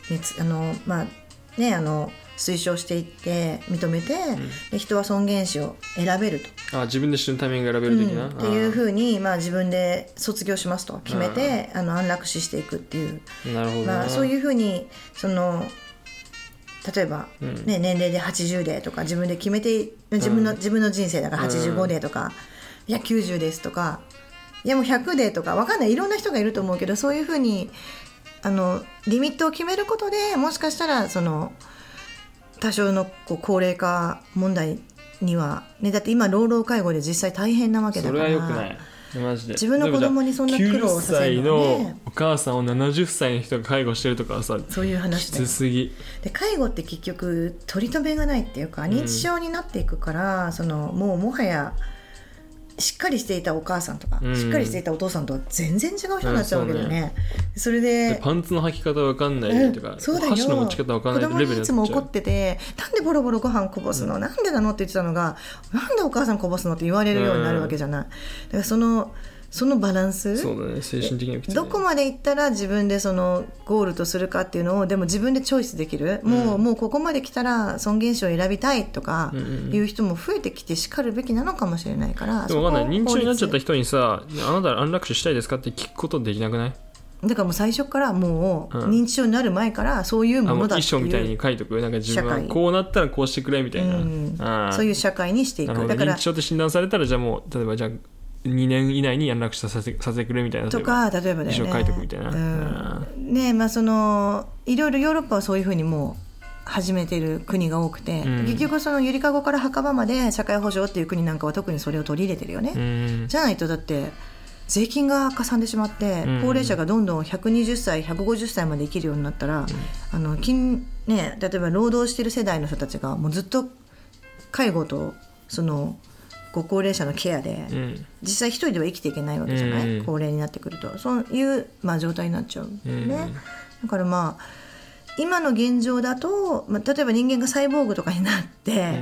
推奨していって認めて、で人は尊厳死を選べると、 自分で死ぬタイミングが選べる的な、 っていうふうに、自分で卒業しますと決めて安楽死していくっていう、 なるほど、 そういうふうにその例えば、年齢で80でとか自分で決めて、自分の人生だから85でとか、いや90ですとか、いやもう100でとか分かんない、いろんな人がいると思うけど、そういうふうにリミットを決めることで、もしかしたらその多少の高齢化問題には、だって今老老介護で実際大変なわけだから、 それは良くないマジで。 自分の子供にそんな苦労をさせるのはね、 90歳のお母さんを70歳の人が介護してるとかはさ、 そういう話きつすぎで、介護って結局取り留めがないっていうか、認知症になっていくから、もはやしっかりしていたお母さんとか、しっかりしていたお父さんとは全然違う人になっちゃうわけだよね。それでパンツの履き方分かんないとか、箸の持ち方分かんないレベルになっちゃう。子供にいつも怒ってて、なんでボロボロご飯こぼすの、なんでなのって言ってたのが、なんでお母さんこぼすのって言われるようになるわけじゃない。だからそのバランス、 そうだね、精神的にはきついね。 どこまでいったら自分でそのゴールとするかっていうのをでも自分でチョイスできる、もうここまで来たら尊厳死を選びたいとかいう人も増えてきてしかるべきなのかもしれないから。 でも分かんない、認知症になっちゃった人にさ、あなた安楽死したいですかって聞くことできなくない？ だからもう最初からもう認知症になる前からそういうものだっていう、 遺書みたいに書いとく、なんか自分はこうなったらこうしてくれみたいな、 そういう社会にしていく。 だから認知症って診断されたら、じゃあもう例えばじゃあ2年以内に安楽死させてくれみたいなとか、例えばだよね、 書いとくみたいな、 いろいろヨーロッパはそういうふうにもう始めてる国が多くて、結局そのゆりかごから墓場まで社会保障っていう国なんかは特にそれを取り入れてるよね、じゃないとだって税金がかさんでしまって、高齢者がどんどん120歳150歳まで生きるようになったら、例えば労働してる世代の人たちがもうずっと介護とそのご高齢者のケアで、実際一人では生きていけないわけじゃない、高齢になってくるとそういう、状態になっちゃう、だから今の現状だと、例えば人間がサイボーグとかになって、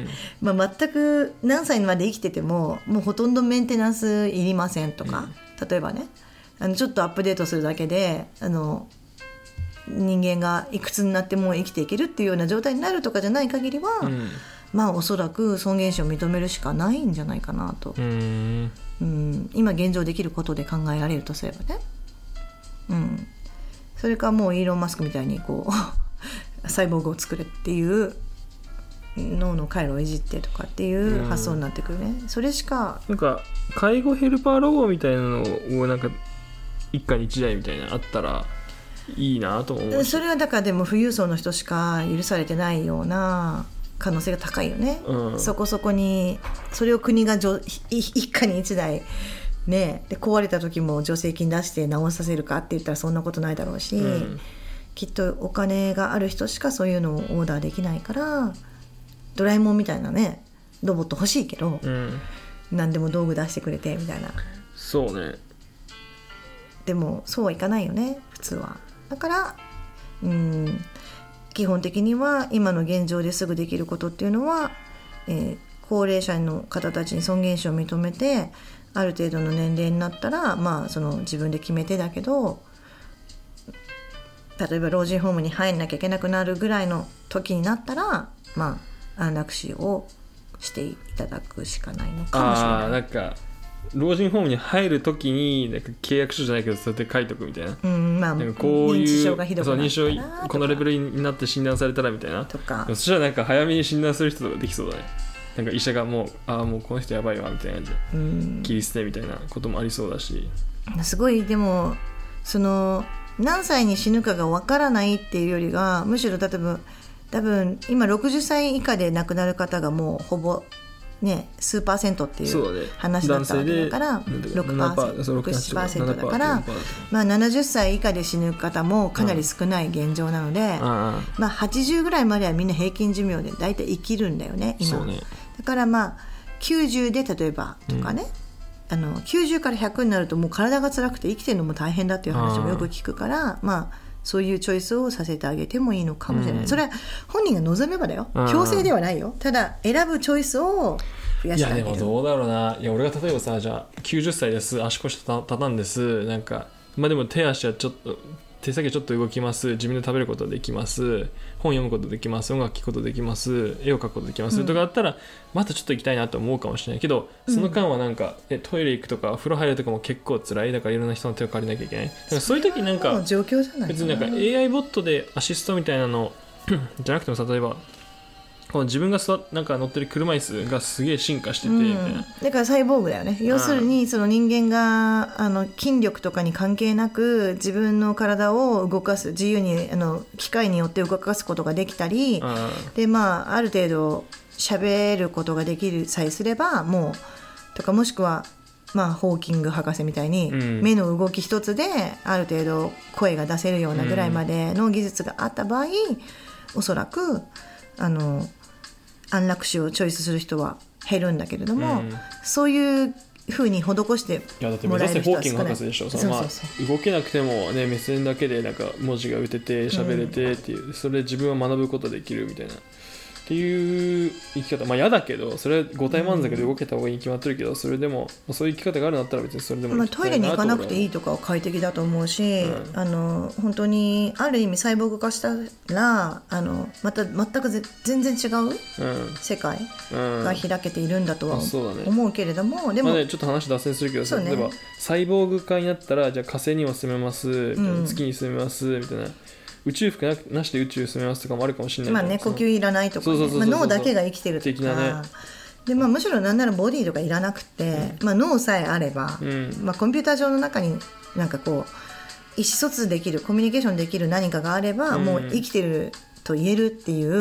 全く何歳まで生きててももうほとんどメンテナンスいりませんとか、例えばね、ちょっとアップデートするだけで人間がいくつになっても生きていけるっていうような状態になるとかじゃない限りは、おそらく尊厳死を認めるしかないんじゃないかなと、今現状できることで考えられるとすればね、それかもうイーロン・マスクみたいにこうサイボーグを作れっていう脳の回路をいじってとかっていう発想になってくるね。それしかなんか介護ヘルパーロボみたいなのをなんか一家に一台みたいなあったらいいなと思う。 それはだからでも富裕層の人しか許されてないような可能性が高いよね、そこそこにそれを国が一家に一台ね、で壊れた時も助成金出して直させるかって言ったらそんなことないだろうし、きっとお金がある人しかそういうのをオーダーできないから、ドラえもんみたいなねロボット欲しいけど、 何でも道具出してくれてみたいな。 そうね。 でもそうはいかないよね普通は。だから基本的には今の現状ですぐできることっていうのは、高齢者の方たちに尊厳死を認めて、ある程度の年齢になったら、その自分で決めてだけど、例えば老人ホームに入んなきゃいけなくなるぐらいの時になったら、安楽死をしていただくしかないのかもしれない。 なんか老人ホームに入るときになんか契約書じゃないけどそうやって書いとくみたいな、なんかこういう認知症がひどくなったらそう認知症このレベルになって診断されたらみたいなとか、 そしたらなんか早めに診断する人とかできそうだね。なんか医者がもうこの人やばいわみたいな感じで切り捨てみたいなこともありそうだし、 すごい。でもその何歳に死ぬかがわからないっていうよりが、むしろ多分今60歳以下で亡くなる方がもうほぼね数パーセントっていう話だったわけだから、6%だから、70歳以下で死ぬ方もかなり少ない現状なので、80ぐらいまではみんな平均寿命で大体生きるんだよね今。だから90で例えばとかね、90から100になるともう体が辛くて生きてるのも大変だっていう話もよく聞くから、そういうチョイスをさせてあげてもいいのかもしれない、それは本人が望めばだよ、強制ではないよ。ただ選ぶチョイスを増やしてあげる。 いやでもどうだろうな。いや俺が例えばさ、じゃあ90歳です、足腰畳んです、なんかでも手足はちょっと手先ちょっと動きます、自分で食べることできます、本読むことできます、音楽聴くことできます、絵を描くことできます、とかあったらまたちょっと行きたいなと思うかもしれないけど、その間はなんかトイレ行くとか風呂入るとかも結構辛い。だからいろんな人の手を借りなきゃいけない。だからそういう時なんか状況じゃない別になんか AI ボットでアシストみたいなのじゃなくてもさ、例えばこの自分がなんか乗ってる車椅子がすげえ進化してて、みたいな。 だからサイボーグだよね。要するにその人間が筋力とかに関係なく自分の体を動かす、自由に機械によって動かすことができたりで、ある程度喋ることができるさえすればもうとか、もしくはホーキング博士みたいに目の動き一つである程度声が出せるようなぐらいまでの技術があった場合、おそらく安楽死をチョイスする人は減るんだけれども、そういう風に施してもらえる人は少ない。いやだって目指せホーキング博士でしょ。動けなくてもね、目線だけでなんか文字が打てて喋れてっていう、それで自分は学ぶことできるみたいなっていう生き方。嫌だけど、それは五体満足で動けた方がいいに決まってるけど、それでもそういう生き方があるんだったら別にそれでもトイレに行かなくていいとかは快適だと思うし、本当にある意味サイボーグ化したらまた全く全然違う世界が開けているんだとは思うけれども、でもちょっと話脱線するけどさ、例えばサイボーグ化になったら、じゃあ火星にも住めますみたいな、月に住めますみたいな、宇宙服なしで宇宙住めますとかもあるかもしれない。 呼吸いらないとか、脳だけが生きてるとかで、むしろなんならボディとかいらなくて、脳さえあれば、コンピューター上の中になんかこう意思疎通できる、コミュニケーションできる何かがあれば、もう生きてると言えるっていう、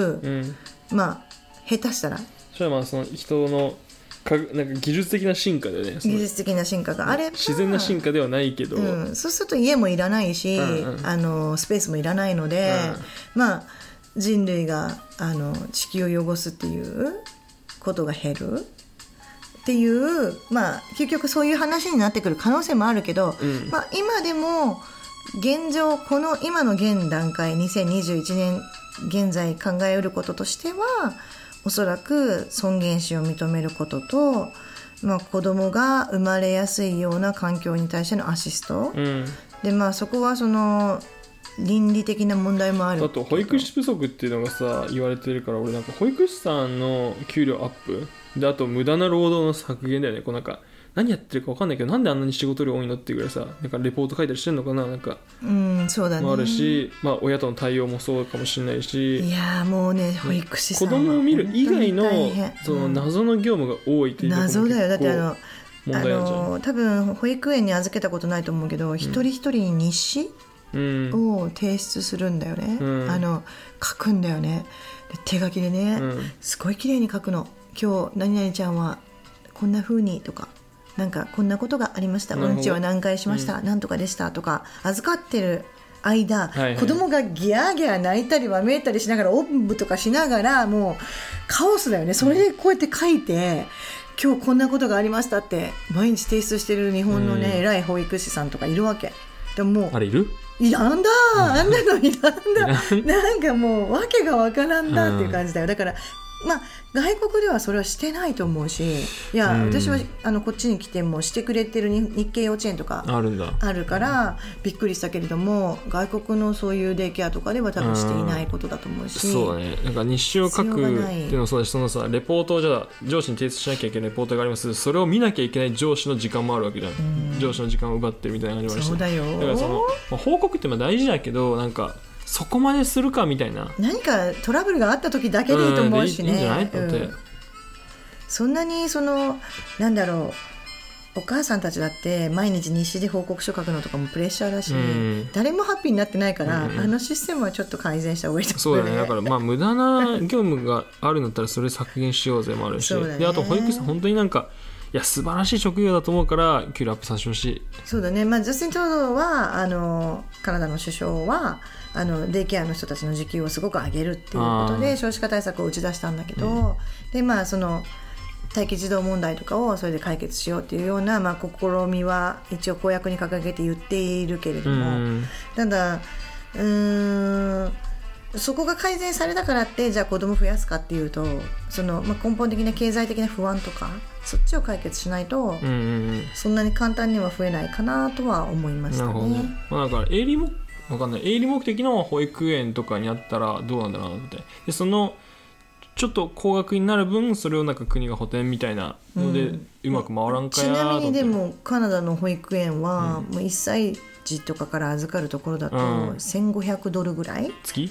下手したらそれはその人のなんか技術的な進化でね、 技術的な進化があれば自然な進化ではないけど、 そうすると家もいらないし、スペースもいらないので、人類が地球を汚すっていうことが減るっていう、結局そういう話になってくる可能性もあるけど、今でも現状、この今の現段階2021年現在考えうることとしては、おそらく尊厳死を認めることと、子供が生まれやすいような環境に対してのアシスト、でそこはその倫理的な問題もある。 あと保育士不足っていうのがさ言われてるから、俺なんか保育士さんの給料アップで、あと無駄な労働の削減だよね。なんか何やってるか分かんないけど、なんであんなに仕事量多いのっていうぐらいさ、なんかレポート書いたりしてんのかな、なんかそうだね、 もあるし、親との対応もそうかもしれないし、 いやもうね、保育士さんは子供を見る以外のその謎の業務が多いっていう、 謎だよ。だって多分保育園に預けたことないと思うけど、一人一人に日誌を提出するんだよね、書くんだよね。で手書きでね、すごい綺麗に書くの。今日何々ちゃんはこんな風にとか、なんかこんなことがありました、うんちは何回しました、なんとかでしたとか、預かってる間、子供がギャーギャー泣いたりわめいたりしながら、おんぶとかしながら、もうカオスだよね。それでこうやって書いて、 今日こんなことがありましたって毎日提出してる日本のね、偉い保育士さんとかいるわけでももうあれいるいらんだ、あんなのいらんだなんかもう訳がわからんだっていう感じだよ。だからまあ外国ではそれはしてないと思うし、いや、私はこっちに来てもしてくれてる日系幼稚園とかあるからびっくりしたけれども、外国のそういうデイケアとかでは多分していないことだと思うし、 そうだね。なんか日誌を書くっていうのもそうだし、そのさレポートをじゃあ上司に提出しなきゃいけないレポートがあります。それを見なきゃいけない上司の時間もあるわけじゃん。上司の時間を奪ってるみたいな感じもあるし、 そうだよ。 だからその、報告って大事だけど、なんかそこまでするかみたいな、 何かトラブルがあった時だけでいいと思うしね、 いいんじゃないと思って、 そんなになんだろう、お母さんたちだって毎日日誌で報告書書くのとかもプレッシャーだし、誰もハッピーになってないから、システムはちょっと改善した方がいいと思う。 そうだね。だから無駄な業務があるんだったらそれ削減しようぜもあるし、であと保育士さん本当になんかいや素晴らしい職業だと思うから給料アップさせてほしい。そうだね。 ジャスティン・トルドーはカナダの首相はデイケアの人たちの時給をすごく上げるっていうことで少子化対策を打ち出したんだけど、で待機児童問題とかをそれで解決しようっていうような、試みは一応公約に掲げて言っているけれども、ただそこが改善されたからってじゃあ子供増やすかっていうと根本的な経済的な不安とかそっちを解決しないと、そんなに簡単には増えないかなとは思いましたね。なるほどね。 だから営利目的の保育園とかにあったらどうなんだろうなって。でちょっと高額になる分それをなんか国が補填みたいなので、うまく回らんかや。 ちなみにでもカナダの保育園は、もう1歳児とかから預かるところだと1500ドルぐらい、 月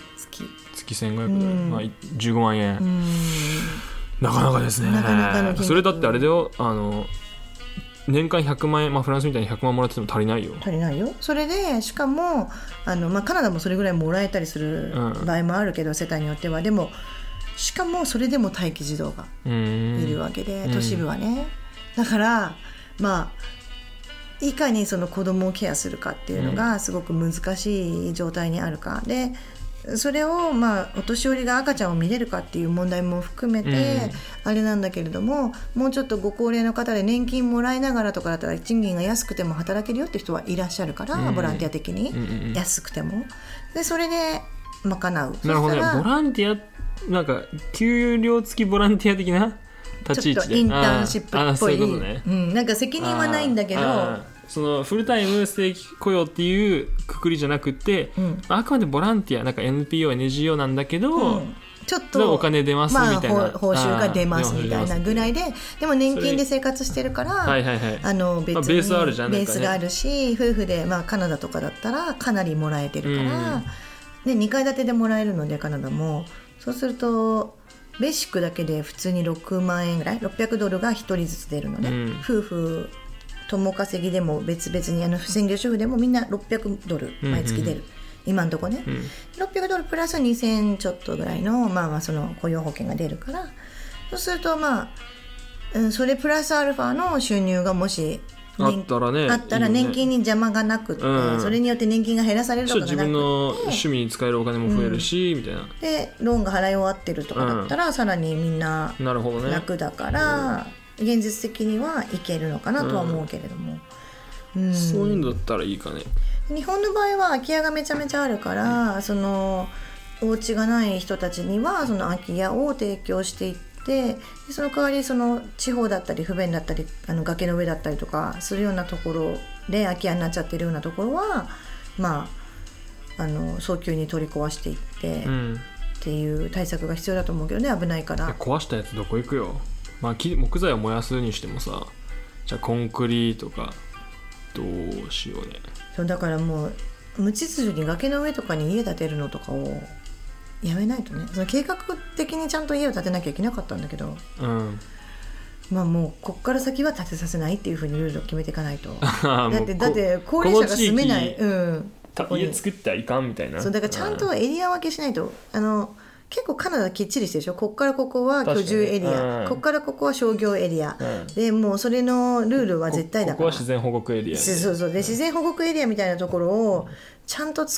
1500ドル、15万円、なかなかですね。 なかなかの金額。 それだってあれだよ、年間100万円、フランスみたいに100万もらってても足りないよ。 それでしかもカナダもそれぐらいもらえたりする場合もあるけど、世帯によっては。でもしかもそれでも待機児童がいるわけで、都市部はね。だからいかにその子供をケアするかっていうのがすごく難しい状態にあるかで、それをお年寄りが赤ちゃんを見れるかっていう問題も含めてあれなんだけれども、もうちょっとご高齢の方で年金もらいながらとかだったら賃金が安くても働けるよって人はいらっしゃるから、ボランティア的に安くてもでそれで賄う。 なるほどね。ボランティアなんか給料付きボランティア的な立ち位置でちょっとインターンシップっぽい、 そういうことね。 なんか責任はないんだけど、 そのフルタイム正規雇用っていうくくりじゃなくて、あくまでボランティアなんか NPO、NGO なんだけど、 ちょっとお金出ますみたいな、 報酬が出ますみたいなぐらいで、でも年金で生活してるから、別にベースあるじゃん、 ベースがあるし、夫婦でカナダとかだったらかなりもらえてるから、で2階建てでもらえるのでカナダもそうするとベーシックだけで普通に6万円ぐらい600ドルが1人ずつ出るので、夫婦共稼ぎでも別々に専業主婦でもみんな600ドル毎月出る、今のとこね、600ドルプラス2000ちょっとぐらいのその雇用保険が出るから、そうするとそれプラスアルファの収入がもしあったら年金に邪魔がなくて、それによって年金が減らされるとかがなくて、 自分の趣味に使えるお金も増えるし、みたいなでローンが払い終わってるとかだったら、さらにみんな楽だから、現実的にはいけるのかなとは思うけれども、 そういうのだったらいいかね。 日本の場合は空き家がめちゃめちゃあるから、そのお家がない人たちにはその空き家を提供していって、でその代わりその地方だったり不便だったり崖の上だったりとかするようなところで空き家になっちゃってるようなところは早急に取り壊していって、っていう対策が必要だと思うけどね。危ないから。 壊したやつどこ行くよ。木材を燃やすにしてもさ、じゃあコンクリとかどうしようね。 そうだからもう無秩序に崖の上とかに家建てるのとかをやめないとね。その計画的にちゃんと家を建てなきゃいけなかったんだけど、もうこっから先は建てさせないっていう風にルールを決めていかないとだって高齢者が住めない、 家作ってはいかんみたいな。 そうだからちゃんとエリア分けしないと、結構カナダきっちりしてるでしょ。こっからここは居住エリア、こっからここは商業エリア、でもうそれのルールは絶対だから、 ここは自然保護区エリア、 そうで自然保護区エリアみたいなところをちゃんと作って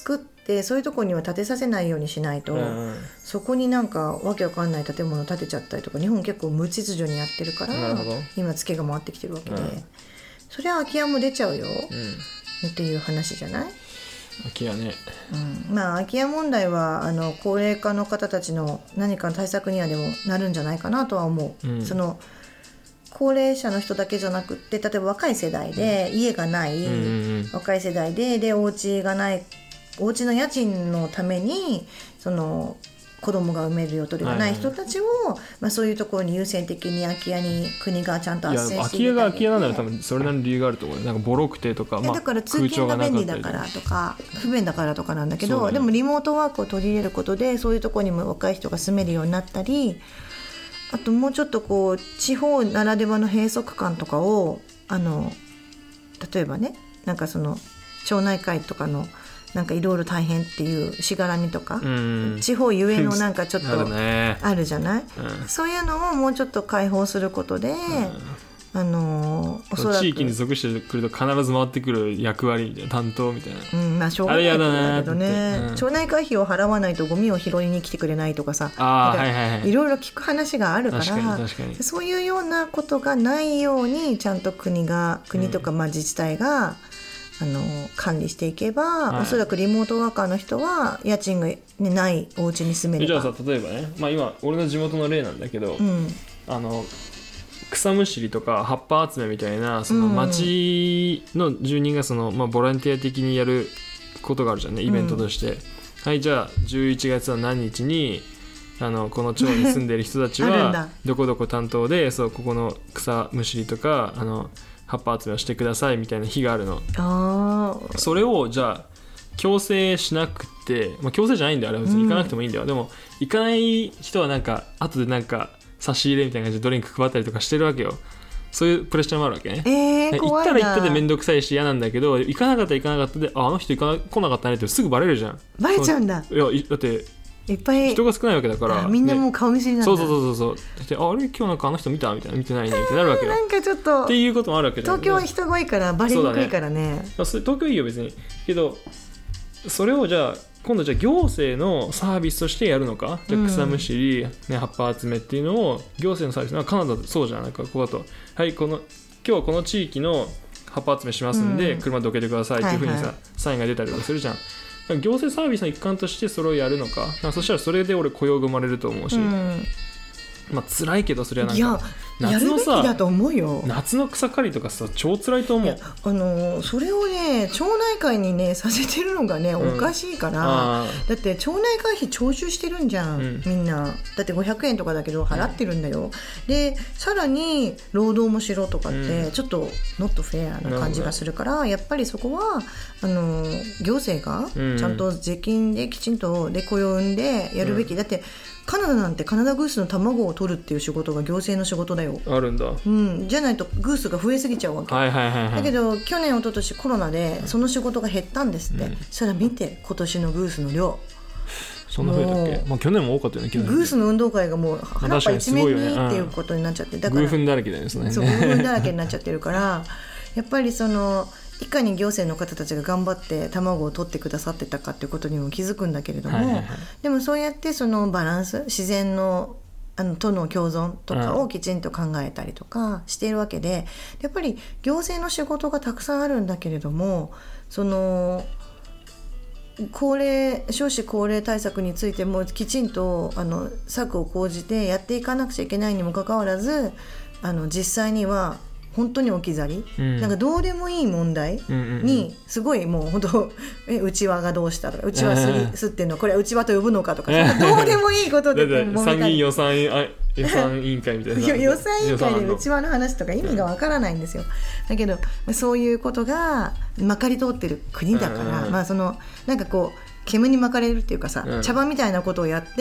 ってそういうとこには建てさせないようにしないと、そこになんかわけわかんない建物建てちゃったりとか、日本結構無秩序にやってるから今ツケが回ってきてるわけで、それは空き家も出ちゃうよ、っていう話じゃない？ 空き家ね、 まあ空き家問題は高齢化の方たちの何か対策にはでもなるんじゃないかなとは思う、その高齢者の人だけじゃなくって、例えば若い世代で家がない、若い世代でお家がない、お家の家賃のためにその子供が産める予定がない人たちを、そういうところに優先的に空き家に国がちゃんと斡旋していた空き家が空き家なんだら多分それなりの理由があると思う。なんかボロくてとか、 だから通勤が便利だからとか不便だからとかなんだけど、でもリモートワークを取り入れることでそういうところにも若い人が住めるようになったり、あともうちょっとこう地方ならではの閉塞感とかを例えばね、なんかその町内会とかのなんかいろいろ大変っていうしがらみとか、地方ゆえのなんかちょっとあるじゃない、そういうのをもうちょっと解放することで、おそらく地域に属してくると必ず回ってくる役割みたいな、担当みたいな、 しょうがないことだけどね、町内会費を払わないとゴミを拾いに来てくれないとかさ、いろいろ聞く話があるから、そういうようなことがないようにちゃんと国とか自治体が管理していけば、おそらくリモートワーカーの人は家賃が、ないお家に住める。 じゃあさ、例えばね、今俺の地元の例なんだけど、草むしりとか葉っぱ集めみたいな、その町の住人がその、ボランティア的にやることがあるじゃんね、イベントとして、はい、じゃあ11月の何日にこの町に住んでる人たちはどこどこ担当で、そうここの草むしりとか葉っぱ集めをしてくださいみたいな日があるの。それをじゃあ強制しなくて、強制じゃないんだよあれは、別に行かなくてもいいんだよ、でも行かない人はなんか後でなんか差し入れみたいな感じでドリンク配ったりとかしてるわけよ。そういうプレッシャーもあるわけね。行ったら行ったで面倒くさいし嫌なんだけど、行かなかったら行かなかったで、あの人来なかったねってすぐバレるじゃん。 バレちゃうんだ。 いやだっていっぱい人が少ないわけだから、 みんなもう顔見知りなんだ。 そうで、あれ今日なんかあの人見たみたいな、見てないねってなるわけよ。 なんかちょっとっていうこともあるわけじゃん。 東京は人が多いからバレにくいからね。 東京いいよ別にけど、それをじゃあ今度行政のサービスとしてやるのか、じゃあ草むしり、葉っぱ集めっていうのを行政のサービスのカナダそうじゃん、なんかこうだと、はい今日はこの地域の葉っぱ集めしますんで、車どけてくださいっていうふうにさ、サインが出たりとかするじゃん。行政サービスの一環としてそれをやるのか、そしたらそれで俺雇用が生まれると思うし、辛いけど、それはなんか夏のさ、やるべきだと思うよ。 夏の草刈りとかさ超辛いと思う。 それをね町内会にねさせてるのがね、おかしいから。だって町内会費徴収してるんじゃん、みんな。だって500円とかだけど払ってるんだよ、でさらに労働もしろとかって、ちょっとノットフェアな感じがするから、やっぱりそこは行政がちゃんと税金できちんとで雇用を生んでやるべき、だってカナダなんてカナダグースの卵を取るっていう仕事が行政の仕事だよ。 あるんだ、 じゃないとグースが増えすぎちゃうわけ、だけど去年一昨年コロナでその仕事が減ったんですって、そしたら見て今年のグースの量、 そんな増えたっけ。去年も多かったよね。 グースの運動会がもう原っぱ一面にっていうことになっちゃって、だからグーフンだらけだよね。 そうグーフンだらけになっちゃってるからやっぱりいかに行政の方たちが頑張って卵を取ってくださってたかっていうことにも気づくんだけれども、でもそうやってそのバランス、自然のとの共存とかをきちんと考えたりとかしているわけで、やっぱり行政の仕事がたくさんあるんだけれども、その少子高齢対策についてもきちんと策を講じてやっていかなくちゃいけないにもかかわらず、実際には本当に置き去り、なんかどうでもいい問題にすごいもう本当内輪がどうしたとか、内輪すってんのこれは内輪と呼ぶのかとか、どうでもいいことで参議院予算委員会みたいな予算委員会で内輪の話とか意味がわからないんですよ。だけどそういうことがまかり通ってる国だから、なんかこう煙に巻かれるっていうかさ、茶番みたいなことをやって、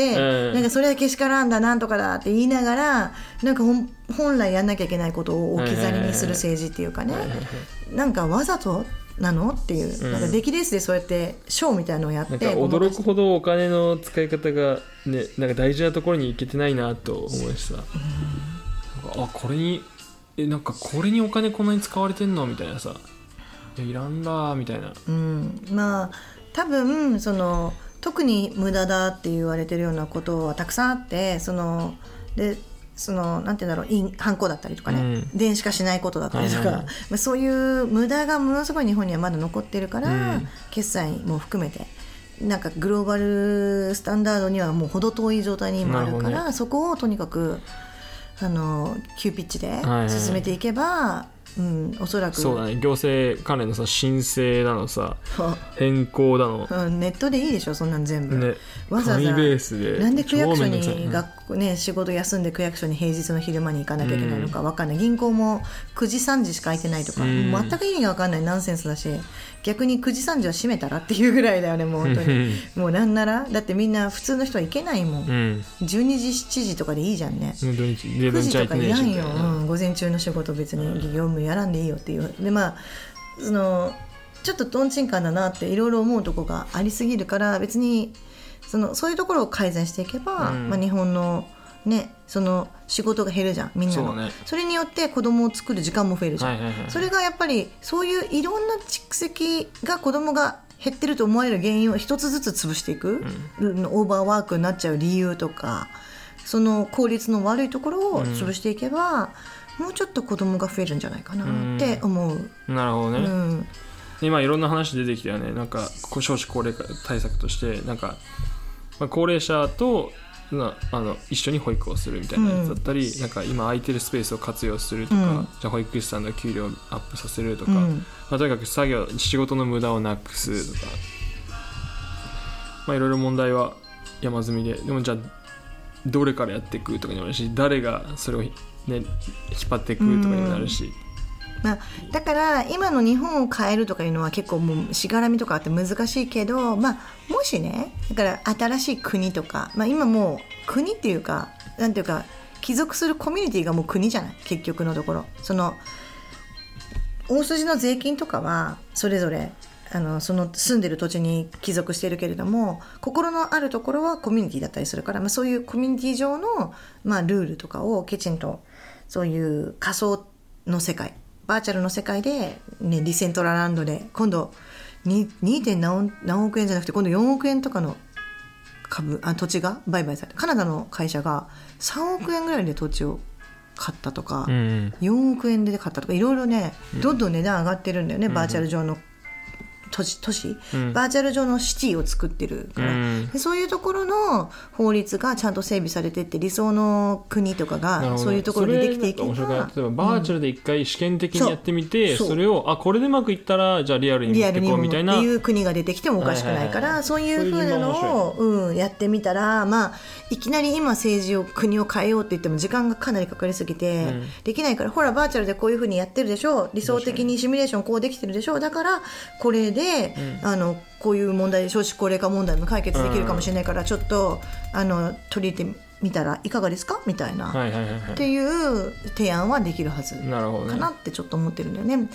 なんかそれはけしからんだなんとかだって言いながら、なんか本来やんなきゃいけないことを置き去りにする政治っていうかね、なんかわざとなのっていう、なんか出来レースでそうやってショーみたいなのをやって、 なんか驚くほどお金の使い方がね、なんか大事なところに行けてないなと思うしさ、これになんかこれにお金こんなに使われてんのみたいなさ、いらんだみたいな。 多分特に無駄だって言われてるようなことはたくさんあって、なんて言うんだろう、犯行だったりとかね、電子化しないことだったりとか、そういう無駄がものすごい日本にはまだ残ってるから、決済も含めてなんかグローバルスタンダードにはもう程遠い状態に今あるから、そこをとにかく急ピッチで進めていけば、おそらくそうだね、行政関連のさ申請だのさ変更だの、 ネットでいいでしょそんなん全部、 ね、 わざわざ紙ベースでなんで区役所に仕事休んで区役所に平日の昼間に行かなきゃいけないのか分かんない、銀行も9時3時しか空いてないとか、全く意味が分かんないナンセンスだし、逆に9時3時は閉めたらっていうぐらいだよね、もう本当にもうなんならだってみんな普通の人は行けないもん、12時7時とかでいいじゃんね、9時とかいらんよ、午前中の仕事別に業務やらんでいいよっていう。でちょっとトンチンカンだなっていろいろ思うとこがありすぎるから、別にそういうところを改善していけば、日本のね仕事が減るじゃんみんなの それによって子供を作る時間も増えるじゃん、それがやっぱりそういういろんな蓄積が子供が減ってると思われる原因を一つずつ潰していく、オーバーワークになっちゃう理由とか、その効率の悪いところを潰していけば、もうちょっと子供が増えるんじゃないかなって思う。 なるほどね、今いろんな話出てきたよね。なんか少子高齢化対策としてなんか、高齢者と一緒に保育をするみたいなやつだったり、なんか今空いてるスペースを活用するとか、じゃあ保育士さんの給料をアップさせるとか、とにかく仕事の無駄をなくすとか、いろいろ問題は山積みで、でもじゃあどれからやっていくとかにもなるし、誰がそれを、引っ張っていくとかにもなるし、 だから今の日本を変えるとかいうのは結構もうしがらみとかあって難しいけど、もしね、だから新しい国とか、今もう国っていうかなんていうか帰属するコミュニティがもう国じゃない、結局のところ。大筋の税金とかはそれぞれその住んでる土地に帰属しているけれども、心のあるところはコミュニティだったりするから、そういうコミュニティ上の、ルールとかをきちんと、そういう仮想の世界、バーチャルの世界で、ディセントラランドで今度 2. 何億円じゃなくて今度4億円とかの土地が売買されて、カナダの会社が3億円ぐらいで土地を買ったとか、4億円で買ったとか、いろいろね、どんどん値段上がってるんだよね、バーチャル上の都市、バーチャル上のシティを作ってるから、でそういうところの法律がちゃんと整備されてって、理想の国とかがそういうところでできていけば、 例えばバーチャルで一回試験的にやってみて、それをこれでうまくいったらじゃあリアルに持ってこうみたいなっていう国が出てきてもおかしくないから、そういう風なのを、やってみたら、いきなり今政治を国を変えようって言っても時間がかなりかかりすぎて、できないから、ほらバーチャルでこういう風にやってるでしょ、理想的にシミュレーションこうできてるでしょ、だからこれでこういう問題、少子高齢化問題も解決できるかもしれないから、ちょっと取り入れてみたらいかがですかみたいな、っていう提案はできるはずかなってちょっと思ってるんだよね。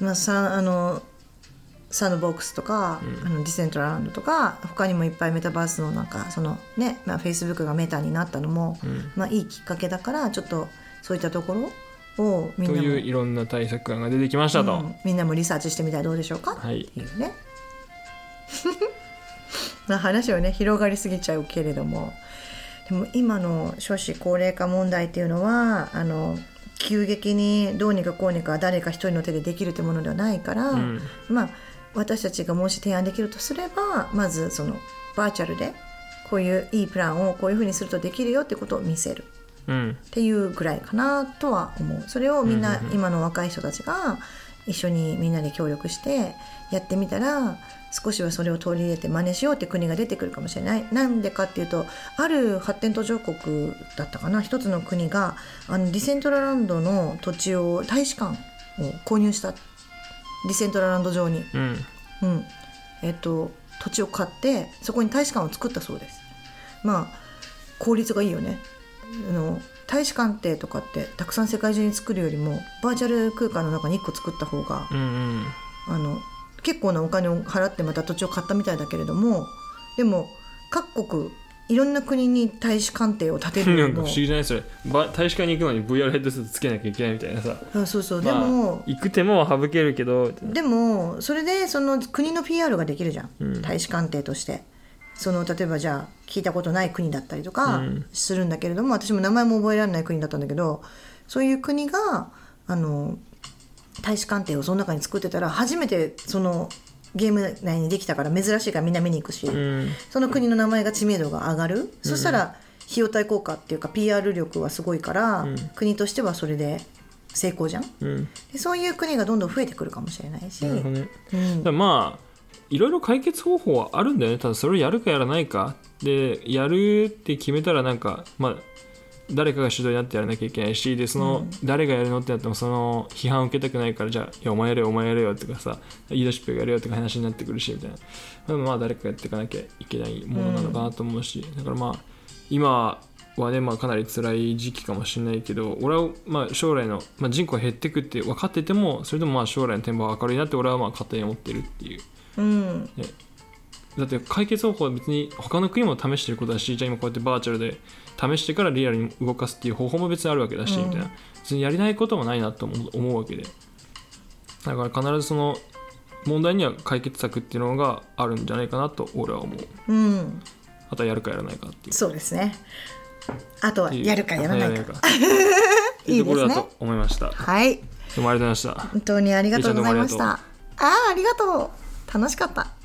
サンドボックスとか、ディセントラランドとか、他にもいっぱいメタバースのなんかFacebook がメタになったのも、いいきっかけだから、ちょっとそういったところをみんなもといういろんな対策案が出てきましたと、 みんなもリサーチしてみたらどうでしょうか、っていうね話はね広がりすぎちゃうけれども、でも今の少子高齢化問題っていうのは急激にどうにかこうにか誰か一人の手でできるというものではないから、私たちがもし提案できるとすれば、まずそのバーチャルでこういういいプランをこういうふうにするとできるよってことを見せるっていうぐらいかなとは思う。それをみんな、今の若い人たちが一緒にみんなで協力してやってみたら、少しはそれを取り入れて真似しようって国が出てくるかもしれない。なんでかっていうと、ある発展途上国だったかな、一つの国がディセントラランドの土地を、大使館を購入した。ディセントラランド上に、土地を買ってそこに大使館を作ったそうです。効率がいいよね。大使館邸とかってたくさん世界中に作るよりも、バーチャル空間の中に1個作った方が、結構なお金を払ってまた土地を買ったみたいだけれども、でも各国いろんな国に大使館邸を建てるのも不思議じゃないそれ。大使館に行くのに VR ヘッドセットつけなきゃいけないみたいなさ。 そうそう、でも行く手も省けるけど、 でもそれでその国の PR ができるじゃん、 うん、 大使館邸として。その例えばじゃあ聞いたことない国だったりとかするんだけれども、私も名前も覚えられない国だったんだけど、そういう国が大使館邸をその中に作ってたら、初めてそのゲーム内にできたから珍しいからみんな見に行くし、その国の名前が知名度が上がる、そしたら費用対効果っていうか PR 力はすごいから、国としてはそれで成功じゃん、でそういう国がどんどん増えてくるかもしれないし、 まあいろいろ解決方法はあるんだよね。ただそれをやるかやらないかで、やるって決めたらなんかまあ誰かが主導になってやらなきゃいけないし、でその誰がやるのってなってもその批判を受けたくないから、じゃあいやお前やれよお前やれよとかさ、リーダーシップがやれよとか話になってくるしみたいな、まあ誰かやっていかなきゃいけないものなのかなと思うし、だからまあ今はね、まあかなり辛い時期かもしれないけど、俺はまあ将来の、まあ、人口が減ってくって分かってても、それでもまあ将来の展望は明るいなって俺はまあ勝手に思ってるっていう。ね、だって解決方法は別に他の国も試してることだし、じゃあ今こうやってバーチャルで試してからリアルに動かすっていう方法も別にあるわけだし、みたいな、別にやりないこともないなと思うわけで、だから必ずその問題には解決策っていうのがあるんじゃないかなと俺は思う、あとはやるかやらないかっていう。 そうですね、あとはやるかやらないかっていうところだと思いました。 はい、 どうもありがとうございました。 本当にありがとうございました。ありがとう、楽しかった。